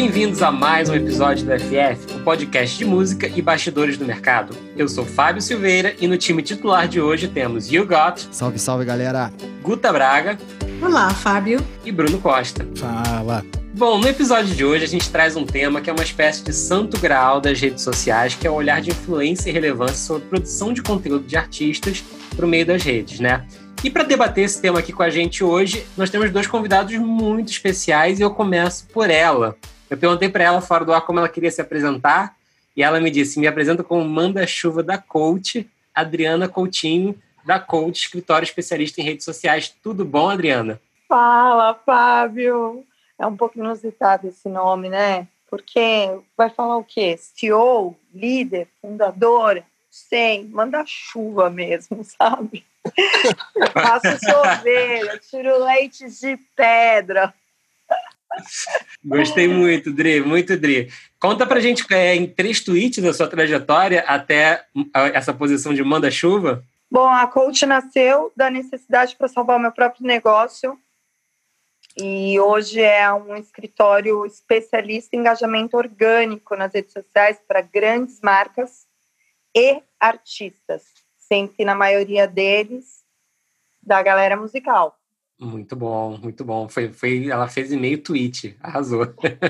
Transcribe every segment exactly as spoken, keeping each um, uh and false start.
Bem-vindos a mais um episódio do F F, o podcast de música e bastidores do mercado. Eu sou Fábio Silveira e no time titular de hoje temos You Got. Salve, salve, galera. Guta Braga. Olá, Fábio. E Bruno Costa. Fala. Bom, no episódio de hoje a gente traz um tema que é uma espécie de santo graal das redes sociais, que é o olhar de influência e relevância sobre produção de conteúdo de artistas por meio das redes, né? E para debater esse tema aqui com a gente hoje, nós temos dois convidados muito especiais e eu começo por ela. Eu perguntei para ela fora do ar como ela queria se apresentar e ela me disse, me apresenta como manda-chuva da Coach, Adriana Coutinho, da Coach, escritório especialista em redes sociais. Tudo bom, Adriana? Fala, Fábio! É um pouco inusitado esse nome, né? Porque vai falar o quê? C E O, líder, fundadora? Sei, manda-chuva mesmo, sabe? Eu faço chover, eu tiro leite de pedra. Gostei muito, Dri, muito, Dri. Conta pra gente é, em três tweets da sua trajetória até essa posição de manda-chuva. Bom, a Coach nasceu da necessidade para salvar o meu próprio negócio e hoje é um escritório especialista em engajamento orgânico nas redes sociais para grandes marcas e artistas, sempre que na maioria deles da galera musical. Muito bom, muito bom. Foi, foi, ela fez e-mail tweet, arrasou.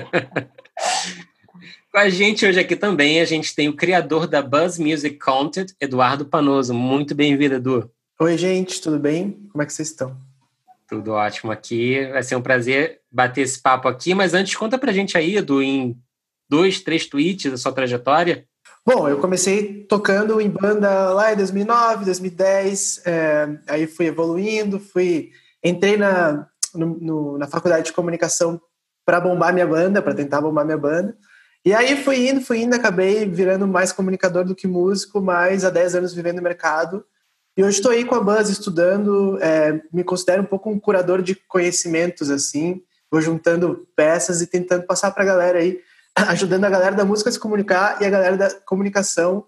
Com a gente hoje aqui também, a gente tem o criador da Buzz Music Content, Eduardo Panoso. Muito bem-vindo, Edu. Oi, gente, tudo bem? Como é que vocês estão? Tudo ótimo aqui. Vai ser um prazer bater esse papo aqui, mas antes, conta pra gente aí, Edu, em dois, três tweets da sua trajetória. Bom, eu comecei tocando em banda lá em dois mil e nove, dois mil e dez, é, aí fui evoluindo, fui... Entrei na, no, no, na faculdade de comunicação para bombar minha banda, para tentar bombar minha banda. E aí fui indo, fui indo, acabei virando mais comunicador do que músico, mais há dez anos vivendo no mercado. E hoje estou aí com a Buzz estudando, é, me considero um pouco um curador de conhecimentos, assim. Vou juntando peças e tentando passar para a galera aí, ajudando a galera da música a se comunicar e a galera da comunicação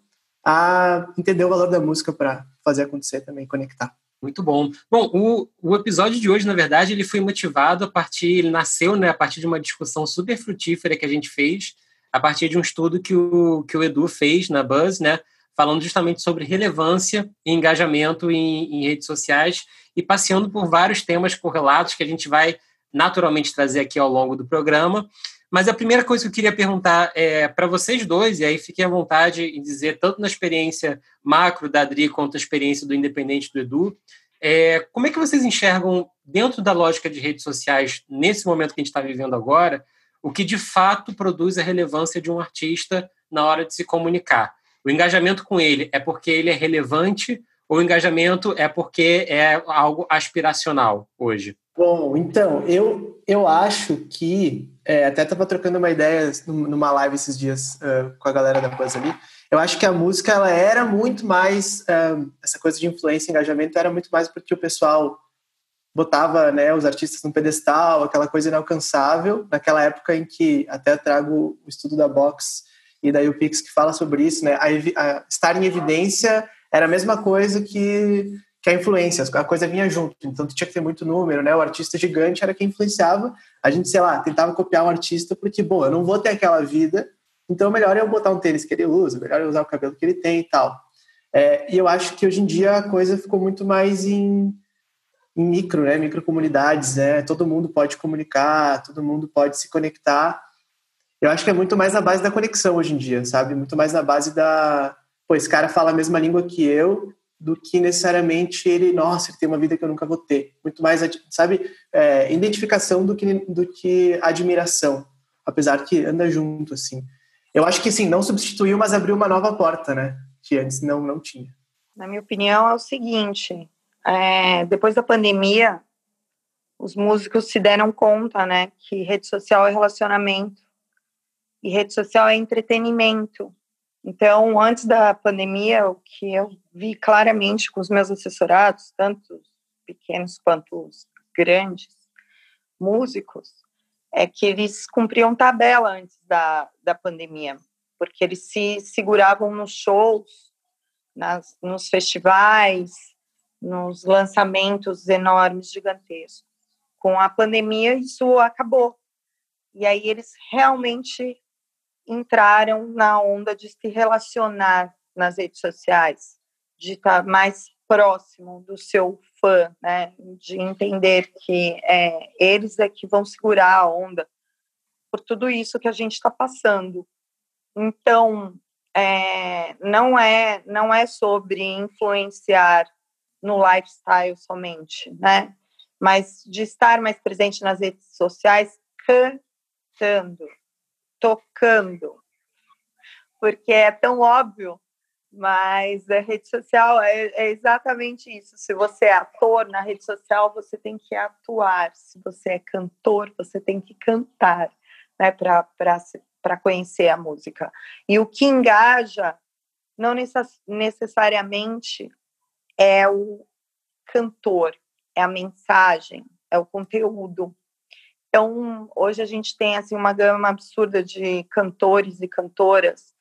a entender o valor da música para fazer acontecer também, conectar. Muito bom. Bom, o, o episódio de hoje, na verdade, ele foi motivado a partir, ele nasceu, né, a partir de uma discussão super frutífera que a gente fez, a partir de um estudo que o, que o Edu fez na Buzz, né, falando justamente sobre relevância e engajamento em, em redes sociais e passeando por vários temas correlatos que a gente vai naturalmente trazer aqui ao longo do programa. Mas a primeira coisa que eu queria perguntar é para vocês dois, e aí fiquem à vontade em dizer, tanto na experiência macro da Adri quanto na experiência do independente do Edu, é, como é que vocês enxergam, dentro da lógica de redes sociais, nesse momento que a gente está vivendo agora, o que de fato produz a relevância de um artista na hora de se comunicar? O engajamento com ele é porque ele é relevante ou o engajamento é porque é algo aspiracional hoje? Bom, então, eu, eu acho que, é, até estava trocando uma ideia numa live esses dias uh, com a galera da Buzz ali, eu acho que a música, ela era muito mais, uh, essa coisa de influência e engajamento era muito mais porque o pessoal botava, né, os artistas no pedestal, aquela coisa inalcançável, naquela época em que, até trago o estudo da Box e da U Pix que fala sobre isso, né, a, a estar em evidência era a mesma coisa que... que a influência, a coisa vinha junto, então tinha que ter muito número, né? O artista gigante era quem influenciava, a gente, sei lá, tentava copiar um artista porque, bom, eu não vou ter aquela vida, então melhor eu botar um tênis que ele usa, melhor eu usar o cabelo que ele tem e tal. É, e eu acho que hoje em dia a coisa ficou muito mais em, em micro, né? Micro comunidades, né? Todo mundo pode comunicar, todo mundo pode se conectar. Eu acho que é muito mais na base da conexão hoje em dia, sabe? Muito mais na base da... Pô, esse cara fala a mesma língua que eu, do que necessariamente ele, nossa, ele tem uma vida que eu nunca vou ter. Muito mais, sabe, é, identificação do que, do que admiração, apesar que anda junto, assim. Eu acho que, sim, não substituiu, mas abriu uma nova porta, né, que antes não, não tinha. Na minha opinião, é o seguinte, é, depois da pandemia, os músicos se deram conta, né, que rede social é relacionamento e rede social é entretenimento. Então, antes da pandemia, o que eu vi claramente com os meus assessorados, tanto os pequenos quanto os grandes músicos, é que eles cumpriam tabela antes da, da pandemia, porque eles se seguravam nos shows, nas, nos festivais, nos lançamentos enormes, gigantescos. Com a pandemia, isso acabou. E aí eles realmente entraram na onda de se relacionar nas redes sociais, de estar mais próximo do seu fã, né? De entender que é, eles é que vão segurar a onda por tudo isso que a gente está passando. Então, é, não é, não é sobre influenciar no lifestyle somente, né? Mas de estar mais presente nas redes sociais, cantando, tocando, porque é tão óbvio, mas a rede social é, é exatamente isso. Se você é ator na rede social, você tem que atuar. Se você é cantor, você tem que cantar, né, para conhecer a música. E o que engaja não necess, necessariamente é o cantor, é a mensagem, é o conteúdo. Então, hoje a gente tem assim, uma gama absurda de cantores e cantoras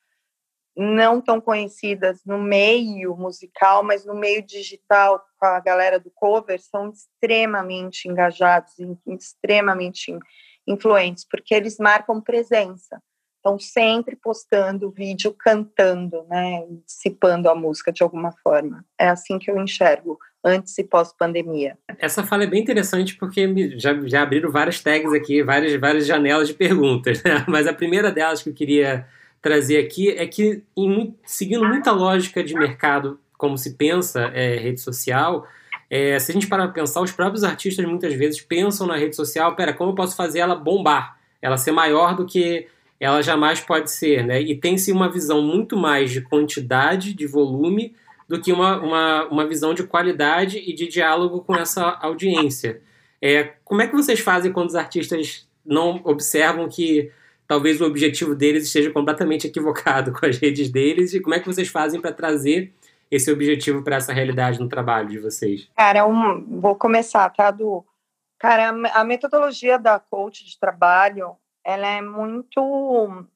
não tão conhecidas no meio musical, mas no meio digital, com a galera do cover, são extremamente engajados, extremamente influentes, porque eles marcam presença. Estão sempre postando vídeo cantando, né, dissipando a música de alguma forma. É assim que eu enxergo, antes e pós-pandemia. Essa fala é bem interessante porque já, já abriram várias tags aqui, várias, várias janelas de perguntas, né? Mas a primeira delas que eu queria trazer aqui é que, em, seguindo muita lógica de mercado, como se pensa é, rede social, é, se a gente parar para pensar, os próprios artistas muitas vezes pensam na rede social, pera, como eu posso fazer ela bombar? Ela ser maior do que ela jamais pode ser, né? E tem-se uma visão muito mais de quantidade, de volume, do que uma, uma, uma visão de qualidade e de diálogo com essa audiência. É, como é que vocês fazem quando os artistas não observam que talvez o objetivo deles esteja completamente equivocado com as redes deles? E como é que vocês fazem para trazer esse objetivo para essa realidade no trabalho de vocês? Cara, um, vou começar, tá, Du? Cara, a metodologia da coach de trabalho, ela é muito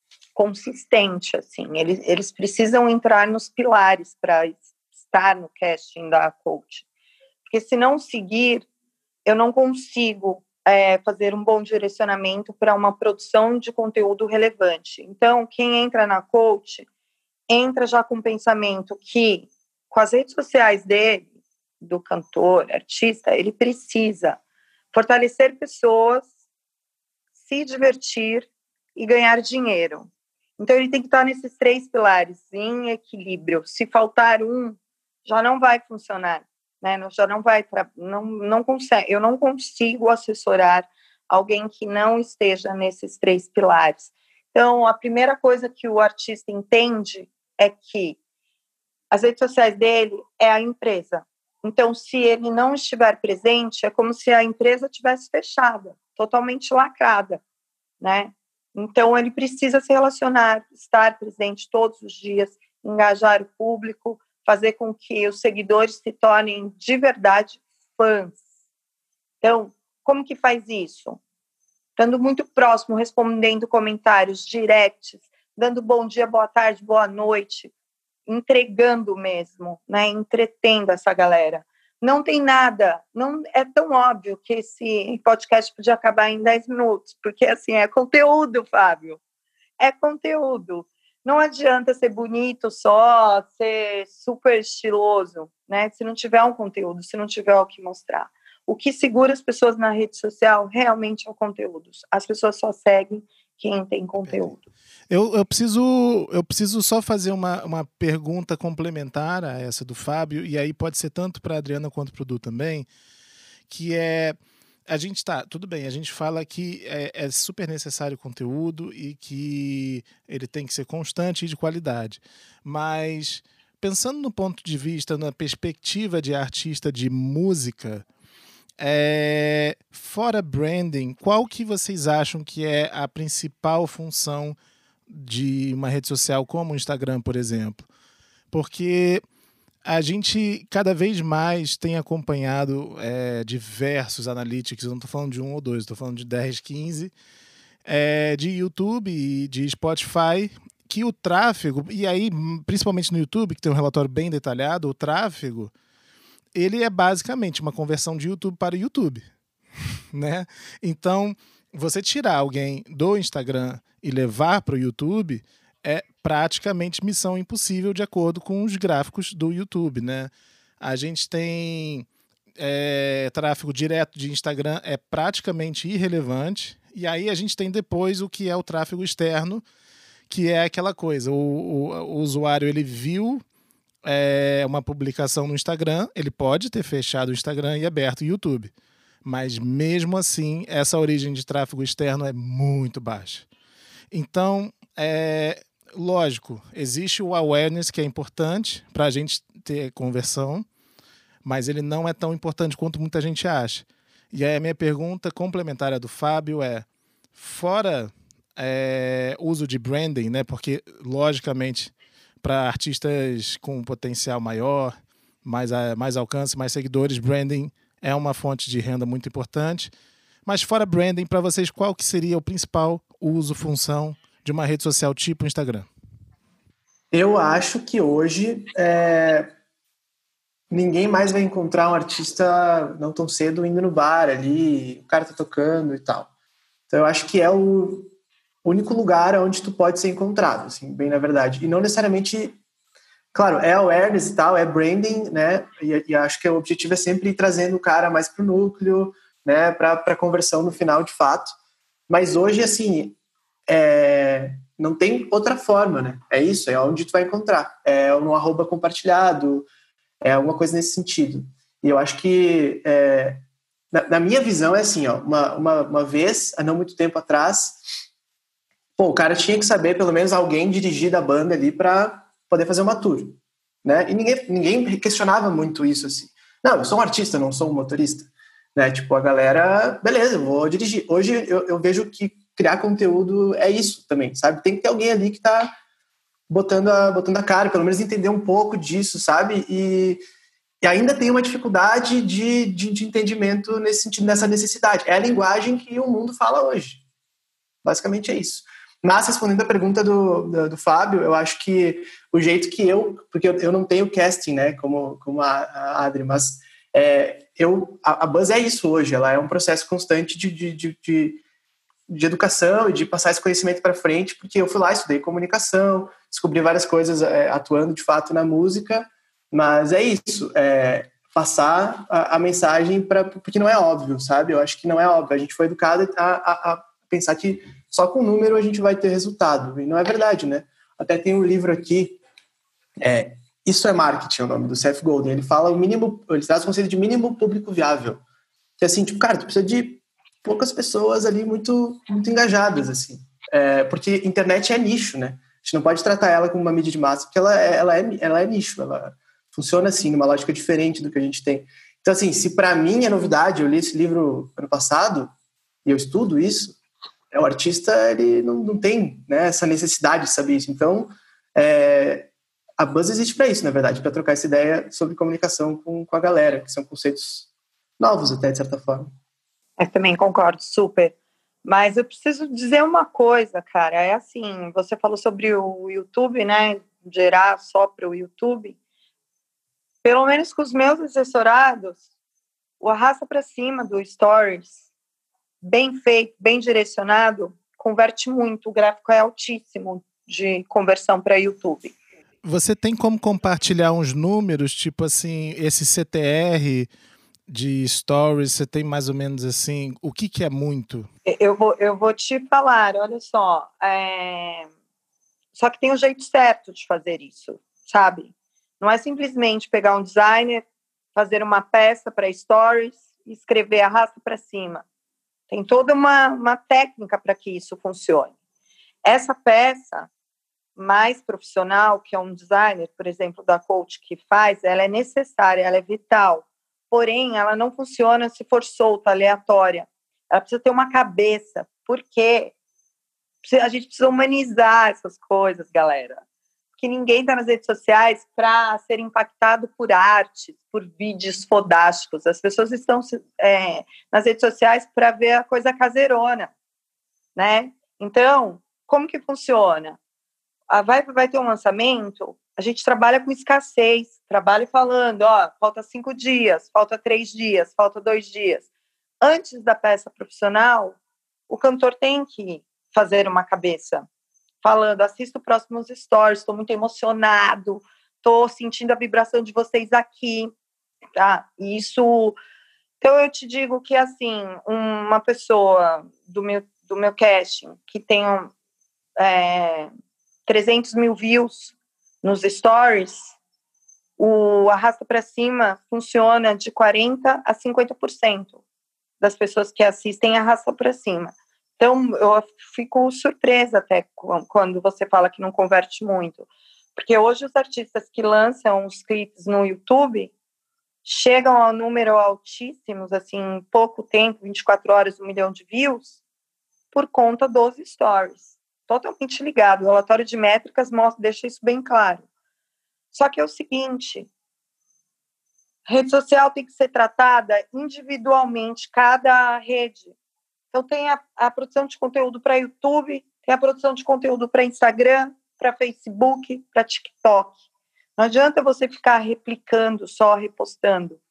consistente, assim. Eles, eles precisam entrar nos pilares para estar no casting da coach. Porque se não seguir, eu não consigo é, fazer um bom direcionamento para uma produção de conteúdo relevante. Então, quem entra na coach, entra já com o pensamento que, com as redes sociais dele, do cantor, artista, ele precisa fortalecer pessoas, se divertir e ganhar dinheiro. Então, ele tem que estar nesses três pilares, em equilíbrio. Se faltar um, já não vai funcionar, né? Já não vai, não, não consegue, eu não consigo assessorar alguém que não esteja nesses três pilares. Então, a primeira coisa que o artista entende é que as redes sociais dele é a empresa. Então, se ele não estiver presente, é como se a empresa tivesse fechada, totalmente lacrada, né? Então, ele precisa se relacionar, estar presente todos os dias, engajar o público, fazer com que os seguidores se tornem de verdade fãs. Então, como que faz isso? Estando muito próximo, respondendo comentários, directs, dando bom dia, boa tarde, boa noite, entregando mesmo, né? Entretendo essa galera. Não tem nada, não é tão óbvio que esse podcast podia acabar em dez minutos, porque assim, é conteúdo, Fábio, é conteúdo. Não adianta ser bonito só, ser super estiloso, né? Se não tiver um conteúdo, se não tiver o que mostrar. O que segura as pessoas na rede social realmente é o conteúdo. As pessoas só seguem quem tem conteúdo. Eu, eu, preciso, eu preciso só fazer uma, uma pergunta complementar a essa do Fábio, e aí pode ser tanto para a Adriana quanto para o Du também, que é, a gente tá, tudo bem, a gente fala que é, é super necessário conteúdo e que ele tem que ser constante e de qualidade, mas pensando no ponto de vista, na perspectiva de artista de música, é, fora branding, qual que vocês acham que é a principal função de uma rede social como o Instagram, por exemplo? Porque a gente cada vez mais tem acompanhado é, diversos analytics, eu não estou falando de um ou dois, estou falando de dez, quinze, é, de YouTube e de Spotify, que o tráfego, e aí principalmente no YouTube, que tem um relatório bem detalhado, o tráfego, ele é basicamente uma conversão de YouTube para YouTube, né? Então, você tirar alguém do Instagram e levar para o YouTube é praticamente missão impossível de acordo com os gráficos do YouTube, né? A gente tem é, tráfego direto de Instagram, é praticamente irrelevante. E aí a gente tem depois o que é o tráfego externo, que é aquela coisa, o, o, o usuário ele viu é, uma publicação no Instagram, ele pode ter fechado o Instagram e aberto o YouTube. Mas mesmo assim, essa origem de tráfego externo é muito baixa. Então, é, lógico, existe o awareness que é importante para a gente ter conversão, mas ele não é tão importante quanto muita gente acha. E aí a minha pergunta complementar do Fábio é, fora é, uso de branding, né? Porque, logicamente, para artistas com potencial maior, mais, mais alcance, mais seguidores, branding é uma fonte de renda muito importante. Mas fora branding, para vocês, qual que seria o principal uso, função de uma rede social tipo o Instagram? Eu acho que hoje é, ninguém mais vai encontrar um artista não tão cedo indo no bar ali, o cara tá tocando e tal. Então eu acho que é o único lugar onde tu pode ser encontrado, assim, bem na verdade. E não necessariamente, claro, é awareness e tal, é branding, né? E, e acho que o objetivo é sempre ir trazendo o cara mais pro núcleo, né? Pra, pra conversão no final, de fato. Mas hoje, assim, é, não tem outra forma, né? É isso, é onde tu vai encontrar. É no arroba compartilhado, é alguma coisa nesse sentido. E eu acho que, é, na, na minha visão, é assim, ó, uma, uma, uma vez, há não muito tempo atrás, pô, o cara tinha que saber, pelo menos, alguém dirigir da banda ali para poder fazer uma tour, né? E ninguém, ninguém questionava muito isso, assim. Não, eu sou um artista, não sou um motorista, né? Tipo, a galera, beleza, eu vou dirigir. Hoje eu, eu vejo que criar conteúdo é isso também, sabe? Tem que ter alguém ali que tá botando a, botando a cara, pelo menos entender um pouco disso, sabe? E, e ainda tem uma dificuldade de, de, de entendimento nesse sentido, nessa necessidade. É a linguagem que o mundo fala hoje. Basicamente é isso. Mas, respondendo a pergunta do, do, do Fábio, eu acho que o jeito que eu... Porque eu, eu não tenho casting, né, como, como a, a Adri, mas é, eu, a, a Buzz é isso hoje. Ela é um processo constante de, de, de, de, de educação e de passar esse conhecimento para frente, porque eu fui lá, estudei comunicação, descobri várias coisas é, atuando, de fato, na música, mas é isso, é passar a, a mensagem, pra, porque não é óbvio, sabe? Eu acho que não é óbvio. A gente foi educado a, a, a pensar que só com número a gente vai ter resultado. E não é verdade, né? Até tem um livro aqui, é, Isso é Marketing, é o nome do Seth Godin. Ele fala o mínimo, ele traz o conceito de mínimo público viável. Que é assim, tipo, cara, tu precisa de poucas pessoas ali muito, muito engajadas, assim. É, porque internet é nicho, né? A gente não pode tratar ela como uma mídia de massa, porque ela é, ela é, ela é nicho, ela funciona assim, numa lógica diferente do que a gente tem. Então, assim, se para mim é novidade, eu li esse livro ano passado, e eu estudo isso, é, o artista, ele não, não tem, né, essa necessidade de saber isso. Então, é, a Buzz existe para isso, na verdade, para trocar essa ideia sobre comunicação com, com a galera, que são conceitos novos até, de certa forma. Eu também concordo, super. Mas eu preciso dizer uma coisa, cara, é assim, você falou sobre o YouTube, né, gerar só para o YouTube. Pelo menos com os meus assessorados, o arrasta para cima do Stories, bem feito, bem direcionado, converte muito. O gráfico é altíssimo de conversão para YouTube. Você tem como compartilhar uns números, tipo assim, esse C T R de Stories, você tem mais ou menos assim, o que, que é muito? Eu vou, eu vou te falar, olha só, é... só que tem um jeito certo de fazer isso, sabe? Não é simplesmente pegar um designer, fazer uma peça para Stories e escrever arrasta para cima. Tem toda uma, uma técnica para que isso funcione. Essa peça mais profissional, que é um designer, por exemplo, da coach que faz, ela é necessária, ela é vital. Porém, ela não funciona se for solta, aleatória. Ela precisa ter uma cabeça. Por quê? A gente precisa humanizar essas coisas, galera. Porque ninguém está nas redes sociais para ser impactado por arte, por vídeos fodásticos. As pessoas estão é, nas redes sociais para ver a coisa caseirona, né? Então, como que funciona? A vai, vai ter um lançamento, a gente trabalha com escassez, trabalha falando, ó, falta cinco dias, falta três dias, falta dois dias. Antes da peça profissional, o cantor tem que fazer uma cabeça, falando, assisto próximos stories, estou muito emocionado, estou sentindo a vibração de vocês aqui, tá? Isso, então eu te digo que, assim, uma pessoa do meu, do meu casting, que tem é, trezentos mil views nos stories, o arrasta para cima funciona de quarenta a cinquenta por cento das pessoas que assistem arrasta para cima. Então, eu fico surpresa até quando você fala que não converte muito. Porque hoje os artistas que lançam os clipes no YouTube chegam a números altíssimos, assim, em pouco tempo, vinte e quatro horas, um milhão de views, por conta dos stories. Totalmente ligado. O relatório de métricas mostra, deixa isso bem claro. Só que é o seguinte, a rede social tem que ser tratada individualmente, cada rede. Então, tem a, a produção de conteúdo para YouTube, tem a produção de conteúdo para Instagram, para Facebook, para TikTok. Não adianta você ficar replicando, só repostando.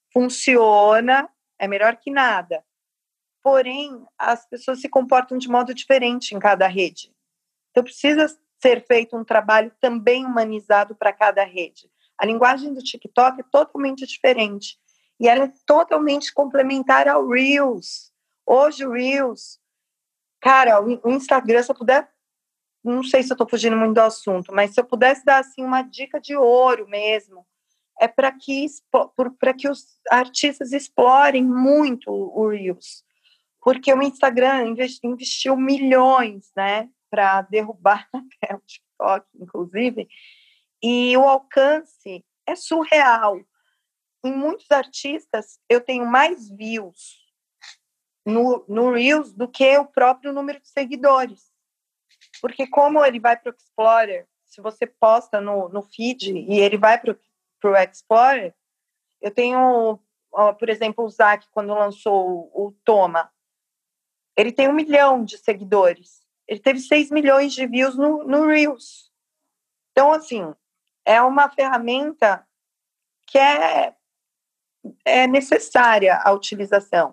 Funciona, é melhor que nada. Porém, as pessoas se comportam de modo diferente em cada rede. Então, precisa ser feito um trabalho também humanizado para cada rede. A linguagem do TikTok é totalmente diferente. E ela é totalmente complementar ao Reels. Hoje, o Reels... Cara, o Instagram, se eu puder... Não sei se eu estou fugindo muito do assunto, mas se eu pudesse dar assim, uma dica de ouro mesmo, é para que, para que os artistas explorem muito o Reels. Porque o Instagram investiu milhões, né, para derrubar até o TikTok, inclusive, e o alcance é surreal. Em muitos artistas, eu tenho mais views no, no Reels do que o próprio número de seguidores. Porque como ele vai para o Explorer, se você posta no, no feed e ele vai para o Explorer, eu tenho, ó, por exemplo, o Zac, quando lançou o, o Toma, ele tem um milhão de seguidores. Ele teve seis milhões de views no, no Reels. Então, assim, é uma ferramenta que é, é necessária a utilização.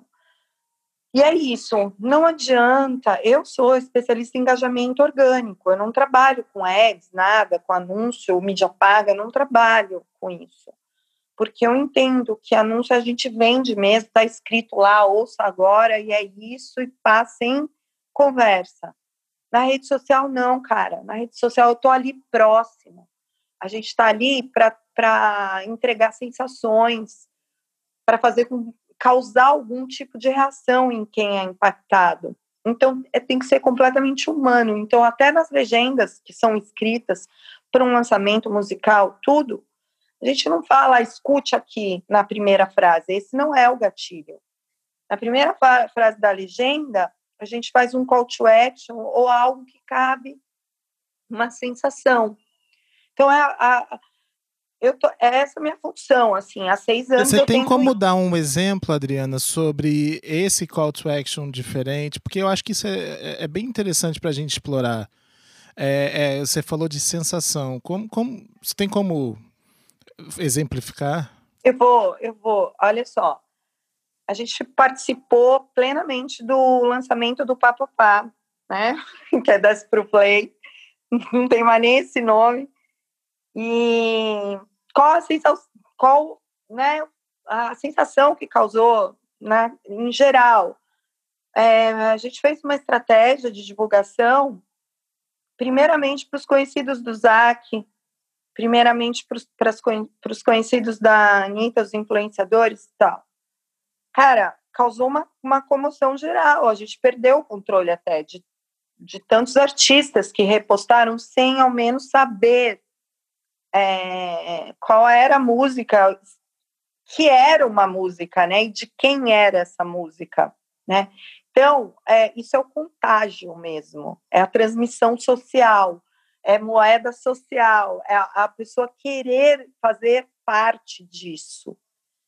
E é isso, não adianta, eu sou especialista em engajamento orgânico, eu não trabalho com ads, nada, com anúncio, mídia paga, eu não trabalho com isso. Porque eu entendo que anúncio a gente vende mesmo, está escrito lá, ouça agora, e é isso, e passa sem conversa. Na rede social, não, cara. Na rede social, eu estou ali próximo. A gente está ali para entregar sensações, para fazer com, causar algum tipo de reação em quem é impactado. Então, é, tem que ser completamente humano. Então, até nas legendas que são escritas para um lançamento musical, tudo, a gente não fala, escute aqui na primeira frase. Esse não é o gatilho. Na primeira frase da legenda, a gente faz um call to action ou algo que cabe uma sensação. Então, é, a, eu tô, é essa a minha função. Assim, há seis anos Você eu tem tento... como dar um exemplo, Adriana, sobre esse call to action diferente? Porque eu acho que isso é, é bem interessante para a gente explorar. É, é, você falou de sensação. Como, como, você tem como exemplificar? Eu vou, eu vou. Olha só. A gente participou plenamente do lançamento do Papapá, né? Que é Desce Pro Play. Não tem mais nem esse nome. E qual a sensação, qual, né, a sensação que causou, né, em geral? É, a gente fez uma estratégia de divulgação, primeiramente para os conhecidos do Zac, primeiramente para os conhecidos da Anitta, os influenciadores e tal. Cara, causou uma, uma comoção geral. A gente perdeu o controle até de, de tantos artistas que repostaram sem ao menos saber é, qual era a música, que era uma música, né? E de quem era essa música, né? Então, é, isso é o contágio mesmo. É a transmissão social, é moeda social, é a, a pessoa querer fazer parte disso.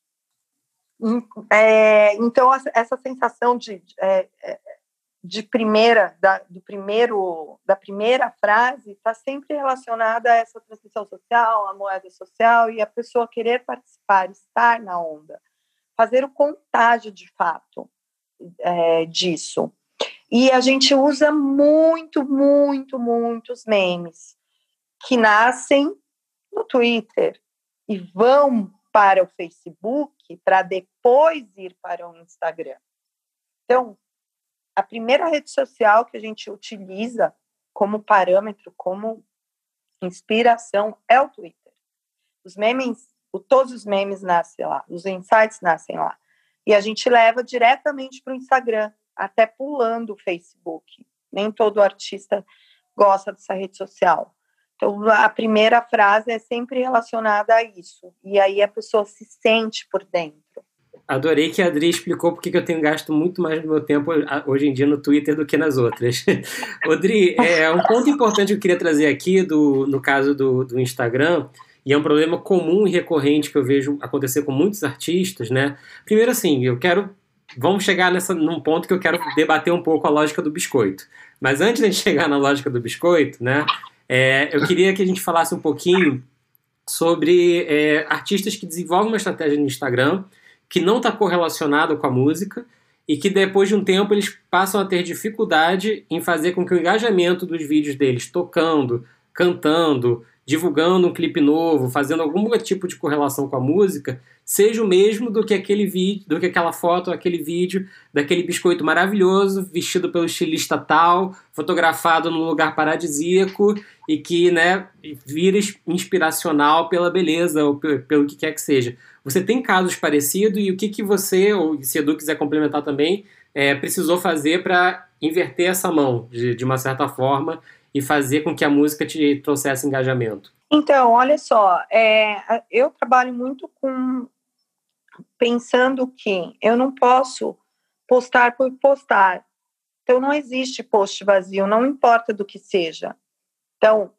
É, então, essa sensação de, de primeira, da, do primeiro, da primeira frase está sempre relacionada a essa transmissão social, a moeda social e a pessoa querer participar, estar na onda, fazer o contágio de fato é, disso. E a gente usa muito, muito, muitos memes que nascem no Twitter e vão para o Facebook para depois ir para o Instagram. Então, a primeira rede social que a gente utiliza como parâmetro, como inspiração, é o Twitter. Os memes, todos os memes nascem lá, os insights nascem lá. E a gente leva diretamente para o Instagram, até pulando o Facebook. Nem todo artista gosta dessa rede social. Então, a primeira frase é sempre relacionada a isso. E aí a pessoa se sente por dentro. Adorei que a Adri explicou porque que eu tenho gasto muito mais do meu tempo hoje em dia no Twitter do que nas outras. Adri, é um ponto importante que eu queria trazer aqui, do, no caso do, do Instagram, e é um problema comum e recorrente que eu vejo acontecer com muitos artistas, né? Primeiro, assim, eu quero... Vamos chegar nessa, num ponto que eu quero debater um pouco a lógica do biscoito. Mas antes de a gente chegar na lógica do biscoito, né, é, eu queria que a gente falasse um pouquinho sobre é, artistas que desenvolvem uma estratégia no Instagram que não está correlacionado com a música e que depois de um tempo eles passam a ter dificuldade em fazer com que o engajamento dos vídeos deles, tocando, cantando, divulgando um clipe novo, fazendo algum tipo de correlação com a música, seja o mesmo do que aquele vídeo, do que aquela foto, aquele vídeo daquele biscoito maravilhoso, vestido pelo estilista tal, fotografado num lugar paradisíaco e que, né, vira inspiracional pela beleza ou pelo que quer que seja. Você tem casos parecidos e o que, que você, ou se Edu quiser complementar também, é, precisou fazer para inverter essa mão, de, de uma certa forma, e fazer com que a música te trouxesse engajamento? Então, olha só, é, eu trabalho muito com pensando que eu não posso postar por postar. Então, não existe post vazio, não importa do que seja. Então,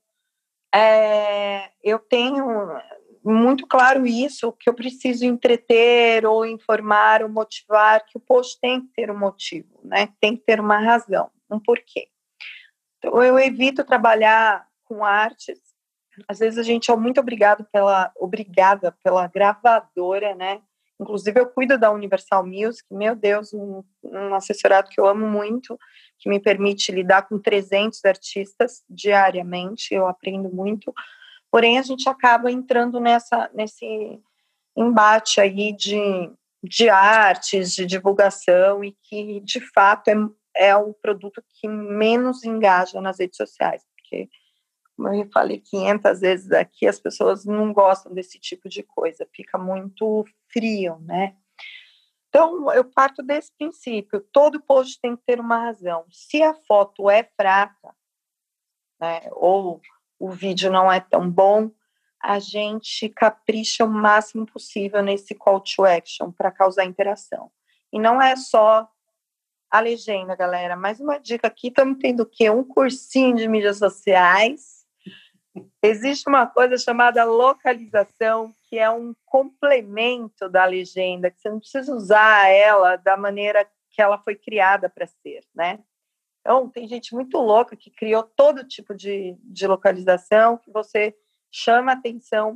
é, eu tenho muito claro isso, que eu preciso entreter ou informar ou motivar, que o post tem que ter um motivo, né? Tem que ter uma razão, um porquê. Então, eu evito trabalhar com artes. Às vezes a gente é muito obrigado pela, obrigada pela gravadora, né? Inclusive eu cuido da Universal Music, meu Deus, um, um assessorado que eu amo muito, que me permite lidar com trezentos artistas diariamente, eu aprendo muito. Porém, a gente acaba entrando nessa, nesse embate aí de, de artes, de divulgação, e que, de fato, é, é o produto que menos engaja nas redes sociais, porque, como eu falei quinhentas vezes aqui, as pessoas não gostam desse tipo de coisa, fica muito frio, né? Então, eu parto desse princípio, todo post tem que ter uma razão. Se a foto é fraca, né, ou o vídeo não é tão bom, a gente capricha o máximo possível nesse call to action para causar interação. E não é só a legenda, galera. Mais uma dica aqui, estamos tendo o quê? Um cursinho de mídias sociais. Existe uma coisa chamada localização, que é um complemento da legenda, que você não precisa usar ela da maneira que ela foi criada para ser, né? Então, tem gente muito louca que criou todo tipo de, de localização, que você chama atenção,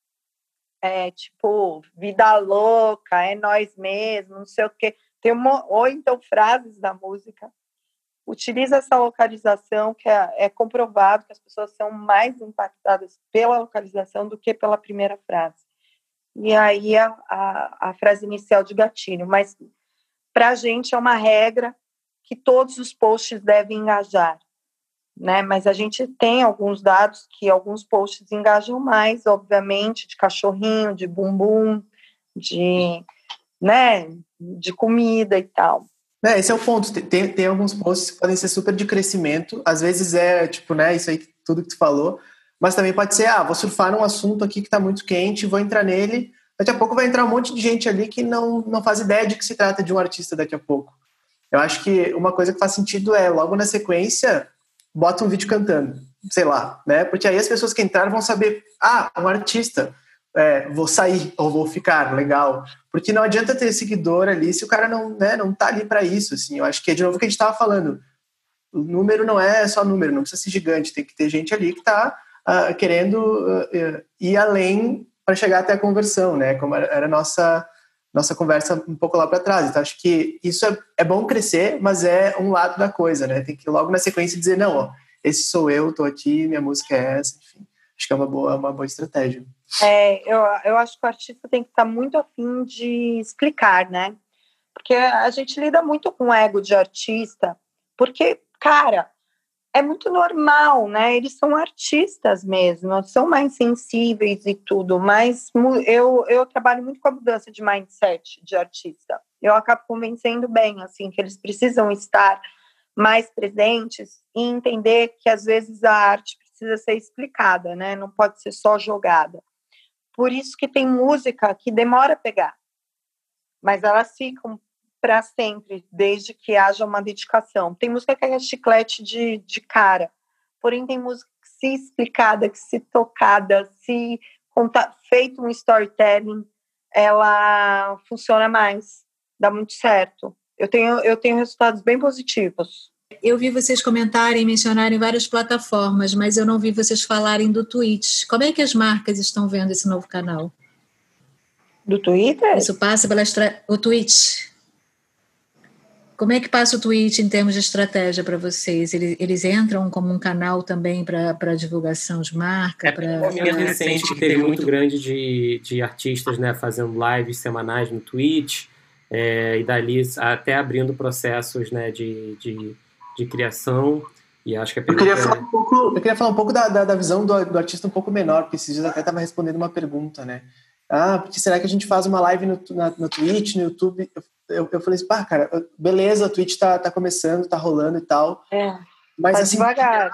é, tipo, vida louca, é nós mesmos, não sei o quê. Tem uma, ou então frases da música. Utiliza essa localização, que é, é comprovado que as pessoas são mais impactadas pela localização do que pela primeira frase. E aí a, a, a frase inicial de gatilho. Mas, para a gente, é uma regra que todos os posts devem engajar, né? Mas a gente tem alguns dados que alguns posts engajam mais, obviamente, de cachorrinho, de bumbum, de, né, de comida e tal. É, esse é o ponto. Tem, tem alguns posts que podem ser super de crescimento, às vezes é, tipo, né, isso aí, tudo que tu falou, mas também pode ser, ah, vou surfar num assunto aqui que tá muito quente, vou entrar nele, daqui a pouco vai entrar um monte de gente ali que não, não faz ideia de que se trata de um artista daqui a pouco. Eu acho que uma coisa que faz sentido é, logo na sequência, bota um vídeo cantando, sei lá, né? Porque aí as pessoas que entraram vão saber, ah, um artista, é, vou sair ou vou ficar, legal. Porque não adianta ter seguidor ali se o cara não, né, não tá ali para isso, assim. Eu acho que é de novo o que a gente tava falando. O número não é só número, não precisa ser gigante, tem que ter gente ali que tá uh, querendo uh, ir além para chegar até a conversão, né? Como era a nossa, nossa conversa um pouco lá para trás. Então, acho que isso é, é bom crescer, mas é um lado da coisa, né? Tem que logo na sequência dizer, não, ó, esse sou eu, tô aqui, minha música é essa, enfim. Acho que é uma boa, uma boa estratégia. É, eu, eu acho que o artista tem que estar muito afim de explicar, né? Porque a gente lida muito com o ego de artista, porque, cara, é muito normal, né? Eles são artistas mesmo, são mais sensíveis e tudo, mas eu, eu trabalho muito com a mudança de mindset de artista. Eu acabo convencendo bem, assim, que eles precisam estar mais presentes e entender que, às vezes, a arte precisa ser explicada, né? Não pode ser só jogada. Por isso que tem música que demora a pegar, mas elas ficam para sempre, desde que haja uma dedicação. Tem música que é chiclete de, de cara, porém tem música que, se explicada, que se tocada, se conta, feito um storytelling, ela funciona mais, dá muito certo. Eu tenho, eu tenho resultados bem positivos. Eu vi vocês comentarem, mencionarem várias plataformas, mas eu não vi vocês falarem do Twitch. Como é que as marcas estão vendo esse novo canal? Do Twitter? Isso passa pela estra... o Twitch. Como é que passa o Twitch em termos de estratégia para vocês? Eles, eles entram como um canal também para divulgação de marca? É, pra... é um movimento recente que teve muito grande de, de artistas, né, fazendo lives semanais no Twitch, é, e dali até abrindo processos, né, de, de, de criação. E acho que a pergunta... eu, queria falar um pouco, eu queria falar um pouco da, da, da visão do, do artista um pouco menor, porque esses dias até estava respondendo uma pergunta, né? Ah, porque será que a gente faz uma live no, na, no Twitch, no YouTube? Eu, eu, eu falei assim, pá, cara, beleza, o Twitch tá, tá começando, tá rolando e tal. É, mas tá assim, devagar.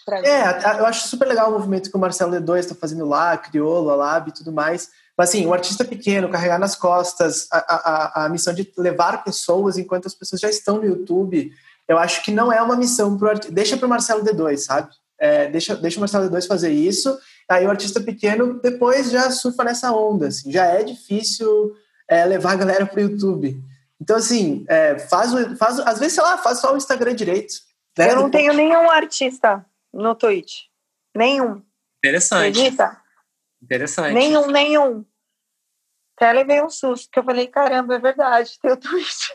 É, eu acho super legal o movimento que o Marcelo D dois está fazendo lá, Criolo, a Lab e tudo mais. Mas assim, o artista pequeno, carregar nas costas a, a, a missão de levar pessoas enquanto as pessoas já estão no YouTube, eu acho que não é uma missão pro artista. Deixa pro Marcelo D dois, sabe? É, deixa, deixa o Marcelo D dois fazer isso, aí o artista pequeno depois já surfa nessa onda, assim, já é difícil é, levar a galera pro YouTube. Então, assim, é, faz, faz, às vezes, sei lá, faz só o Instagram direito. Né? Eu não depois... tenho nenhum artista no Twitch. Nenhum. Interessante. Acredita? Interessante. Nenhum, nenhum. Até levei um susto, que eu falei, caramba, é verdade, tem o Twitch.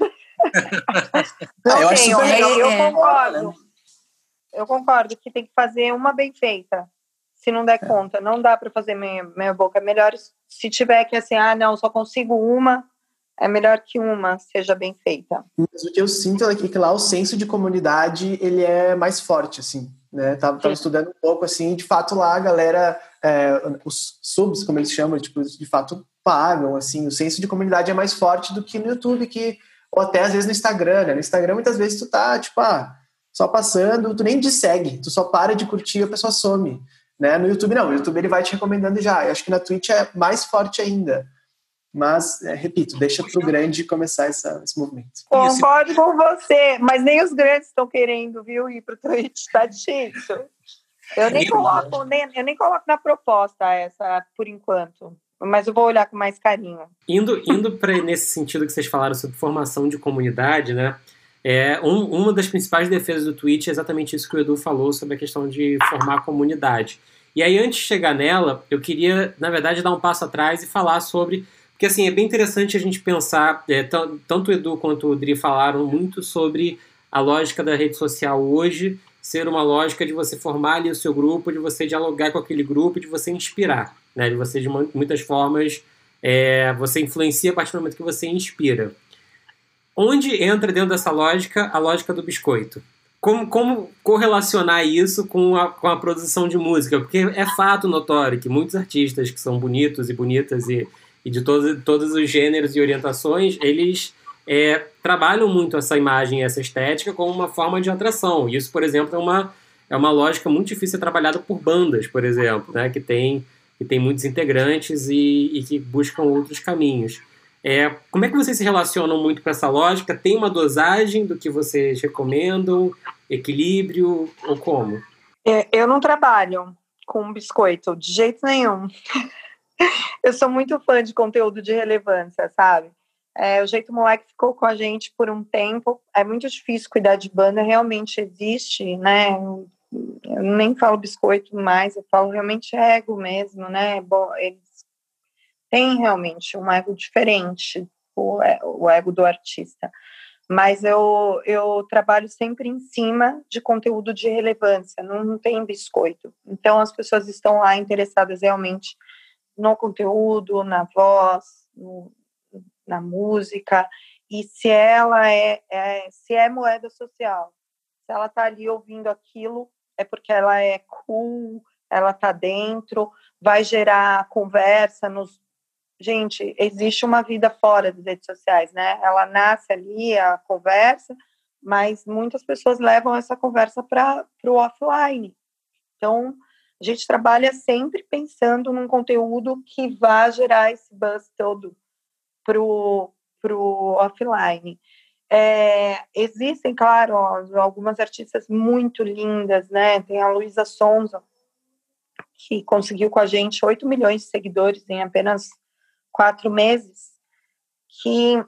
Não ah, eu tenho, acho super legal. eu É, concordo. né? Eu concordo que tem que fazer uma bem feita. Se não der é. conta, não dá para fazer meia, meia boca. É melhor se tiver que assim, ah, não, só consigo uma, é melhor que uma seja bem feita. Mas o que eu sinto é que lá o senso de comunidade, ele é mais forte, assim, né? Tava, tava estudando um pouco, assim, de fato lá a galera, é, os subs, como eles chamam, tipo, de fato pagam, assim, o senso de comunidade é mais forte do que no YouTube, que, ou até às vezes no Instagram, né? No Instagram muitas vezes tu tá, tipo, ah, só passando, tu nem te segue, tu só para de curtir e a pessoa some, né? No YouTube não, o YouTube ele vai te recomendando já, eu acho que na Twitch é mais forte ainda. Mas, é, repito, deixa pro grande começar essa, esse movimento. Concordo com você, mas nem os grandes estão querendo, viu, ir pro Twitch, tá difícil. Eu nem coloco, nem, eu nem coloco na proposta essa, por enquanto, mas eu vou olhar com mais carinho. Indo, indo para nesse sentido que vocês falaram sobre formação de comunidade, né? É, um, uma das principais defesas do Twitch é exatamente isso que o Edu falou sobre a questão de formar comunidade. E aí, antes de chegar nela, eu queria, na verdade, dar um passo atrás e falar sobre... Porque, assim, é bem interessante a gente pensar, é, t- tanto o Edu quanto o Dri falaram muito sobre a lógica da rede social hoje ser uma lógica de você formar ali o seu grupo, de você dialogar com aquele grupo, de você inspirar, né? De você, de muitas formas, é, você influencia a partir do momento que você inspira. Onde entra dentro dessa lógica a lógica do biscoito? Como, como correlacionar isso com a, com a produção de música? Porque é fato notório que muitos artistas que são bonitos e bonitas e e de todos, todos os gêneros e orientações, eles é, trabalham muito essa imagem, essa estética como uma forma de atração. Isso, por exemplo, é uma, é uma lógica muito difícil trabalhada por bandas, por exemplo, né, que tem, que tem muitos integrantes e, e que buscam outros caminhos. É, como é que vocês se relacionam muito com essa lógica? Tem uma dosagem do que vocês recomendam? Equilíbrio? Ou como? Eu não trabalho com biscoito, de jeito nenhum. Eu sou muito fã de conteúdo de relevância, sabe? É, o Jeito Moleque ficou com a gente por um tempo. É muito difícil cuidar de banda, realmente existe, né? Eu nem falo biscoito mais, eu falo realmente ego mesmo, né? Bom, eles têm realmente um ego diferente o, o ego do artista. Mas eu, eu trabalho sempre em cima de conteúdo de relevância, não, não tem biscoito. Então, as pessoas estão lá interessadas realmente no conteúdo, na voz, no, na música, e se ela é, é, se é moeda social, se ela está ali ouvindo aquilo, é porque ela é cool, ela está dentro, vai gerar conversa nos... Gente, existe uma vida fora das redes sociais, né? Ela nasce ali, a conversa, mas muitas pessoas levam essa conversa para o offline. Então, a gente trabalha sempre pensando num conteúdo que vá gerar esse buzz todo para o offline. É, existem, claro, ó, algumas artistas muito lindas, né? Tem a Luísa Sonza, que conseguiu com a gente oito milhões de seguidores em apenas quatro meses, que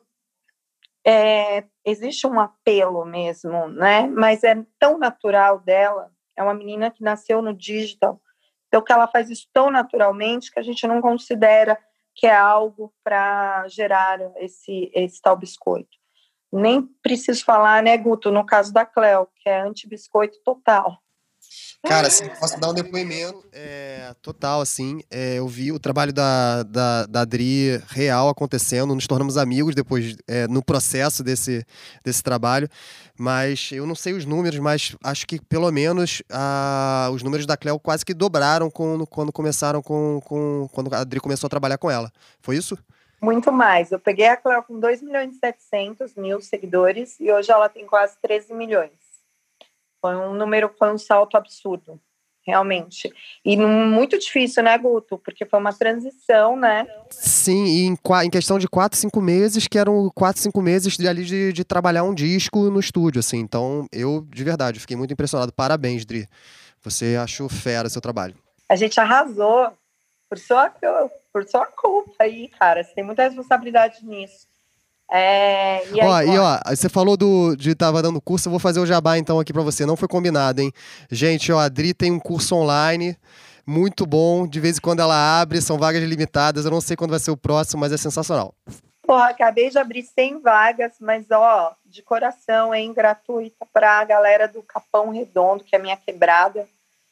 é, existe um apelo mesmo, né? Mas é tão natural dela, é uma menina que nasceu no digital, então que ela faz isso tão naturalmente que a gente não considera que é algo para gerar esse, esse tal biscoito. Nem preciso falar, né, Guto, no caso da Cleo, que é anti-biscoito total. Cara, assim, posso dar um depoimento é, total, assim, é, eu vi o trabalho da, da, da Adri real acontecendo, nos tornamos amigos depois, é, no processo desse, desse trabalho, mas eu não sei os números, mas acho que pelo menos a, os números da Cleo quase que dobraram com, quando começaram com, com, quando a Adri começou a trabalhar com ela, foi isso? Muito mais, eu peguei a Cleo com dois milhões e setecentos mil seguidores e hoje ela tem quase treze milhões. Foi um número, foi um salto absurdo, realmente. E muito difícil, né, Guto? Porque foi uma transição, né? Sim, e em, em questão de quatro, cinco meses, que eram quatro, cinco meses de, ali de, de trabalhar um disco no estúdio, assim. Então, eu, de verdade, fiquei muito impressionado. Parabéns, Dri. Você achou fera seu trabalho. A gente arrasou por sua, por sua culpa aí, cara. Você tem muita responsabilidade nisso. É, e, aí, ó, e ó, você falou do, de tava dando curso, eu vou fazer o jabá então aqui pra você, não foi combinado, hein? Gente, ó, a Adri tem um curso online muito bom, de vez em quando ela abre, são vagas limitadas, eu não sei quando vai ser o próximo, mas é sensacional. Porra, acabei de abrir cem vagas, mas ó, de coração, hein, gratuita pra galera do Capão Redondo, que é a minha quebrada,